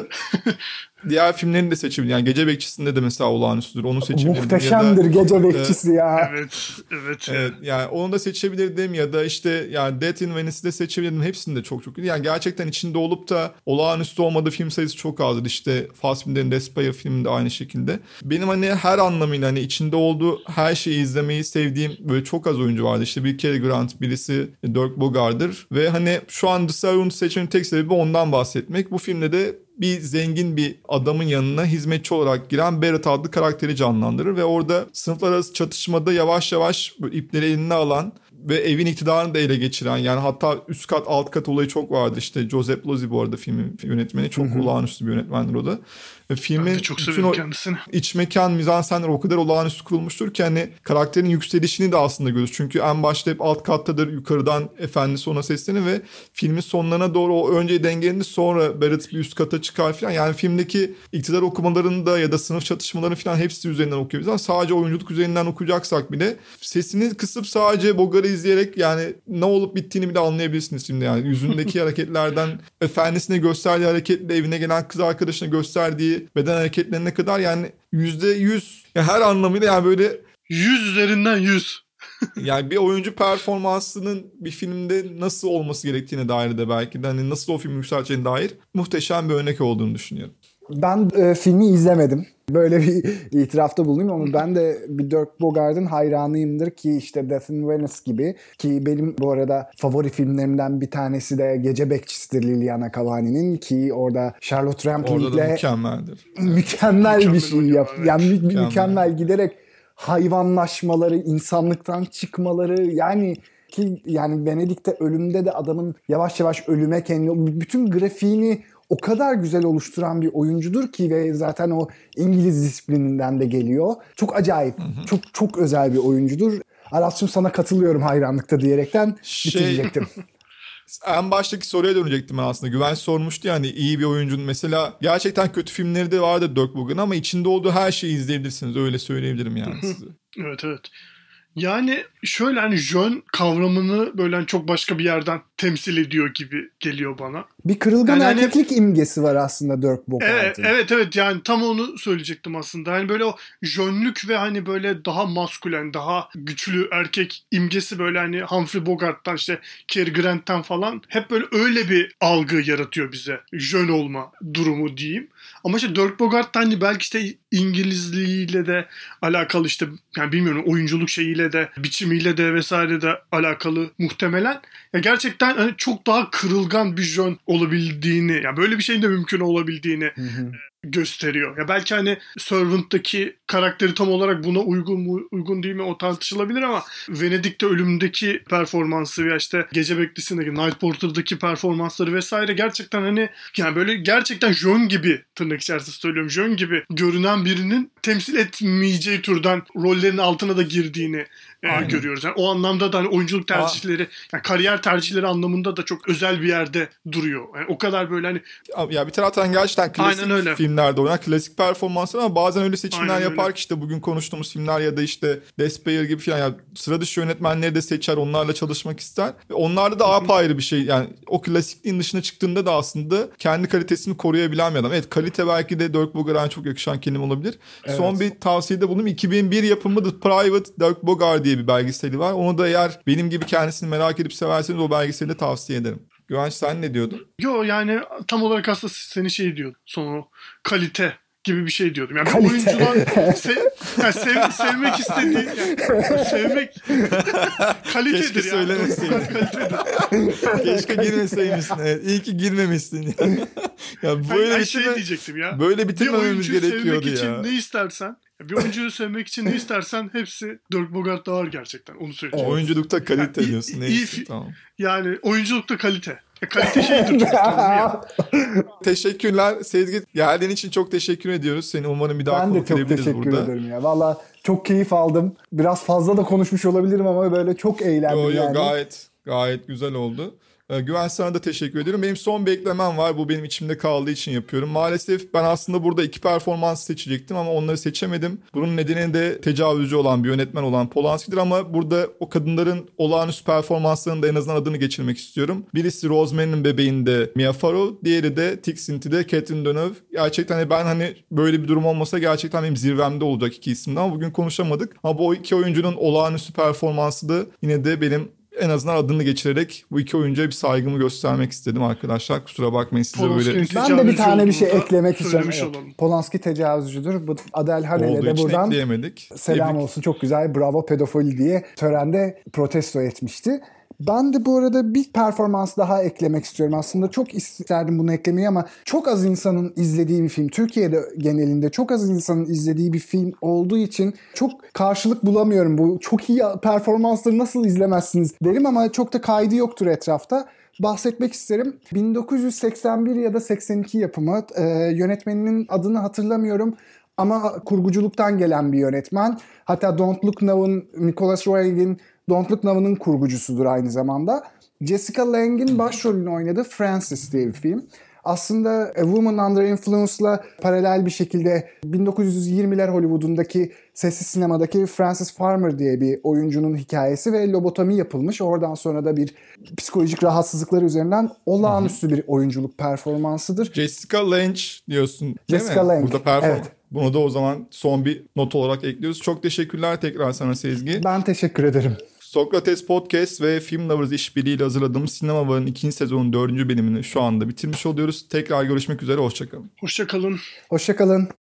diğer filmlerini de seçebilirim. Yani Gece Bekçisi'nde de mesela olağanüstüdür. Onu seçebilirdim. Muhteşemdir ya da, Gece Bekçisi ya. Evet, evet. Evet, yani onu da seçebilirdim ya da işte yani Death in Venice'i de seçebilirdim. Hepsini de çok çok iyi. Yani gerçekten içinde olup da olağanüstü olmadığı film sayısı çok azdır. İşte Fassbinder'in Despair filminde aynı şekilde. Benim hani her anlamıyla hani içinde olduğu her şeyi izlemeyi sevdiğim böyle çok az oyuncu vardı. İşte bir Cary Grant, birisi Dirk Boggart'dır. Ve hani şu an The Servant'ı seçmemin tek sebebi ondan bahsetmek. Bu filmde de bir zengin bir adamın yanına hizmetçi olarak giren Barrett adlı karakteri canlandırır ve orada sınıflar arası çatışmada yavaş yavaş ipleri eline alan ve evin iktidarını da ele geçiren, yani hatta üst kat alt kat olayı çok vardı. İşte Joseph Losey bu arada filmin yönetmeni, çok hı hı. olağanüstü bir yönetmendir o da. Ve filmin çok bütün o kendisini. iç mekan mizansenler o kadar olağanüstü kurulmuştur ki hani karakterin yükselişini de aslında görürüz. Çünkü en başta hep alt kattadır, yukarıdan efendisi ona seslenir ve filmin sonlarına doğru o önce dengelenir, sonra Barrett bir üst kata çıkar falan. Yani filmdeki iktidar okumalarını da ya da sınıf çatışmalarını falan hepsi üzerinden okuyabiliriz. Ama sadece oyunculuk üzerinden okuyacaksak bile sesini kısıp sadece Boggart'ı izleyerek yani ne olup bittiğini bile anlayabilirsiniz filmde. Yani yüzündeki hareketlerden efendisine gösterdiği hareketle evine gelen kız arkadaşına gösterdiği beden hareketlerine kadar yani yüzde yüz yani her anlamıyla yani böyle yüz üzerinden yüz. Yani bir oyuncu performansının bir filmde nasıl olması gerektiğine dair de belki de hani nasıl o filmi yükselteceğine dair muhteşem bir örnek olduğunu düşünüyorum. Ben e, filmi izlemedim. Böyle bir itirafta bulunayım ama ben de bir Dirk Boggart'ın hayranıyımdır ki işte Death in Venice gibi, ki benim bu arada favori filmlerimden bir tanesi de Gece Bekçisi'dir Liliana Cavani'nin, ki orada Charlotte Rampling ile orada da mükemmeldir. Mükemmel evet. bir şey yap. Evet. Yani mü- mükemmel. mükemmel giderek hayvanlaşmaları, insanlıktan çıkmaları, yani ki yani Venedik'te ölümde de adamın yavaş yavaş ölüme kendi bütün grafiğini o kadar güzel oluşturan bir oyuncudur ki ve zaten o İngiliz disiplininden de geliyor. Çok acayip, hı hı. çok çok özel bir oyuncudur. Aras'cığım sana katılıyorum hayranlıkta diyerekten şey... bitirecektim. En baştaki soruya dönecektim ben aslında. Güven sormuştu yani iyi bir oyuncunun. Mesela gerçekten kötü filmleri de vardı Dirk Boggart'ın ama içinde olduğu her şeyi izleyebilirsiniz. Öyle söyleyebilirim yani size. Evet evet. Yani şöyle hani jön kavramını böyle hani çok başka bir yerden temsil ediyor gibi geliyor bana. Bir kırılgan yani erkeklik hani, imgesi var aslında Dirk Boggart'ın. Evet, evet evet yani tam onu söyleyecektim aslında. Hani böyle o jönlük ve hani böyle daha maskülen, daha güçlü erkek imgesi böyle hani Humphrey Bogart'tan işte Cary Grant'tan falan hep böyle öyle bir algı yaratıyor bize. Jön olma durumu diyeyim. Ama işte Dirk Bogart'tan hani belki işte İngilizliğiyle de alakalı, işte yani bilmiyorum oyunculuk şeyiyle de biçimiyle de vesaire de alakalı muhtemelen. Ya gerçekten hani çok daha kırılgan bir jön olabildiğini, yani böyle bir şeyin de mümkün olabildiğini hı hı. gösteriyor. Ya belki hani Servant'taki karakteri tam olarak buna uygun mu uygun değil mi o tartışılabilir ama Venedik'te ölümdeki performansı veya işte Gece Bekçisi'ndeki Night Porter'daki performansları vesaire gerçekten hani yani böyle gerçekten jön gibi, tırnak içerisinde söylüyorum, jön gibi görünen birinin temsil etmeyeceği türden rollerin altına da girdiğini e, görüyoruz. Yani o anlamda da hani oyunculuk tercihleri, yani kariyer tercihleri anlamında da çok özel bir yerde duruyor. Yani o kadar böyle hani ya bir taraftan gerçekten klasik filmler filmlerde oynayan klasik performanslar ama bazen öyle seçimler Aynen yapar öyle. ki işte bugün konuştuğumuz filmler ya da işte Despair gibi falan, yani sıra dışı yönetmenleri de seçer, onlarla çalışmak ister. Ve onlarda da apayrı bir şey, yani o klasikliğin dışına çıktığında da aslında kendi kalitesini koruyabilen bir adam. Evet, kalite belki de Dirk Bogart'a çok yakışan kelime olabilir. Evet. Son bir tavsiyede bulunayım. iki bin bir yapımı The Private Dirk Bogart diye bir belgeseli var. Onu da eğer benim gibi kendisini merak edip severseniz o belgeseli de tavsiye ederim. Güvenç, sen ne diyordun? Yo yani tam olarak aslında seni şey diyordum. Sonra o kalite gibi bir şey diyordum. Yani bir Kalite. oyuncudan se- yani sev- sevmek istediği yani sevmek kalitedir Keşke yani. söylemeseydin. Kalitedir. Keşke girmeseymişsin. Evet, iyi ki girmemişsin. ya Ben böyle yani bir şey şey diyecektim ya. böyle Bir bitirmememiz oyuncuyu gerekiyordu sevmek için ya. ne istersen, bir oyuncuyu sevmek için ne istersen hepsi Dirk Bogart'ta var gerçekten. Onu söyleyeceğim. Oyunculukta kalite Yani iyi- diyorsun. iyi Neyse, fi- tamam. Yani oyunculukta kalite. Ya kalite şeydir çünkü tanımı ya. Teşekkürler Sezgi. Geldiğin için çok teşekkür ediyoruz. Seni umarım bir daha Ben de konuk çok edebiliriz teşekkür burada. ederim ya. Valla çok keyif aldım. Biraz fazla da konuşmuş olabilirim ama böyle çok eğlendim Yo, yo, yani. gayet gayet güzel oldu. Ee, Güven, sana da teşekkür ediyorum. Benim son bir eklemem var. Bu benim içimde kaldığı için yapıyorum. Maalesef ben aslında burada iki performans seçecektim ama onları seçemedim. Bunun nedeni de tecavüzcü olan bir yönetmen olan Polanski'dir ama burada o kadınların olağanüstü performanslarının da en azından adını geçirmek istiyorum. Birisi Rosemary'nin Bebeği'nde Mia Farrow, diğeri de Tiksinti'de Catherine Deneuve. Gerçekten hani ben hani böyle bir durum olmasa gerçekten benim zirvemde olacak iki isimdi ama bugün konuşamadık. Ama bu iki oyuncunun olağanüstü performansı da yine de benim en azından adını geçirerek bu iki oyuncuya bir saygımı göstermek istedim arkadaşlar. Kusura bakmayın size Polanski'nin böyle. tecavüzcü Ben de bir tane bir şey olduğunu da eklemek istiyorum. söylemiş Evet, olalım. Polanski tecavüzcüdür. Bu Adele Hanel'e Olduğu de için buradan ekleyemedik. selam Tebrik. olsun. Çok güzel. Bravo pedofili diye törende protesto etmişti. Ben de bu arada bir performans daha eklemek istiyorum. Aslında çok isterdim bunu eklemeyi ama çok az insanın izlediği bir film. Türkiye'de genelinde çok az insanın izlediği bir film olduğu için çok karşılık bulamıyorum. Bu çok iyi performansları nasıl izlemezsiniz derim ama çok da kaydı yoktur etrafta. Bahsetmek isterim. bin dokuz yüz seksen bir ya da seksen iki yapımı. Ee, yönetmeninin adını hatırlamıyorum. Ama kurguculuktan gelen bir yönetmen. Hatta Don't Look Now'ın, Nicholas Roeg'in Don't Look Now'ın kurgucusudur aynı zamanda. Jessica Lange'in başrolünü oynadığı Frances diye bir film. Aslında A Woman Under Influence'la paralel bir şekilde bin dokuz yüz yirmiler Hollywood'undaki sessiz sinemadaki Frances Farmer diye bir oyuncunun hikayesi ve lobotomi yapılmış. Oradan sonra da bir psikolojik rahatsızlıkları üzerinden olağanüstü bir oyunculuk performansıdır. Jessica Lange diyorsun değil Jessica mi? Lange, Burada perform- evet. Bunu da o zaman son bir not olarak ekliyoruz. Çok teşekkürler tekrar sana Sezgi. Ben teşekkür ederim. Sokrates Podcast ve Film Lovers işbirliğiyle hazırladığımız Sinema Var'ın ikinci sezonun dördüncü bölümünü şu anda bitirmiş oluyoruz. Tekrar görüşmek üzere, hoşçakalın. Hoşça kalın. Hoşça kalın.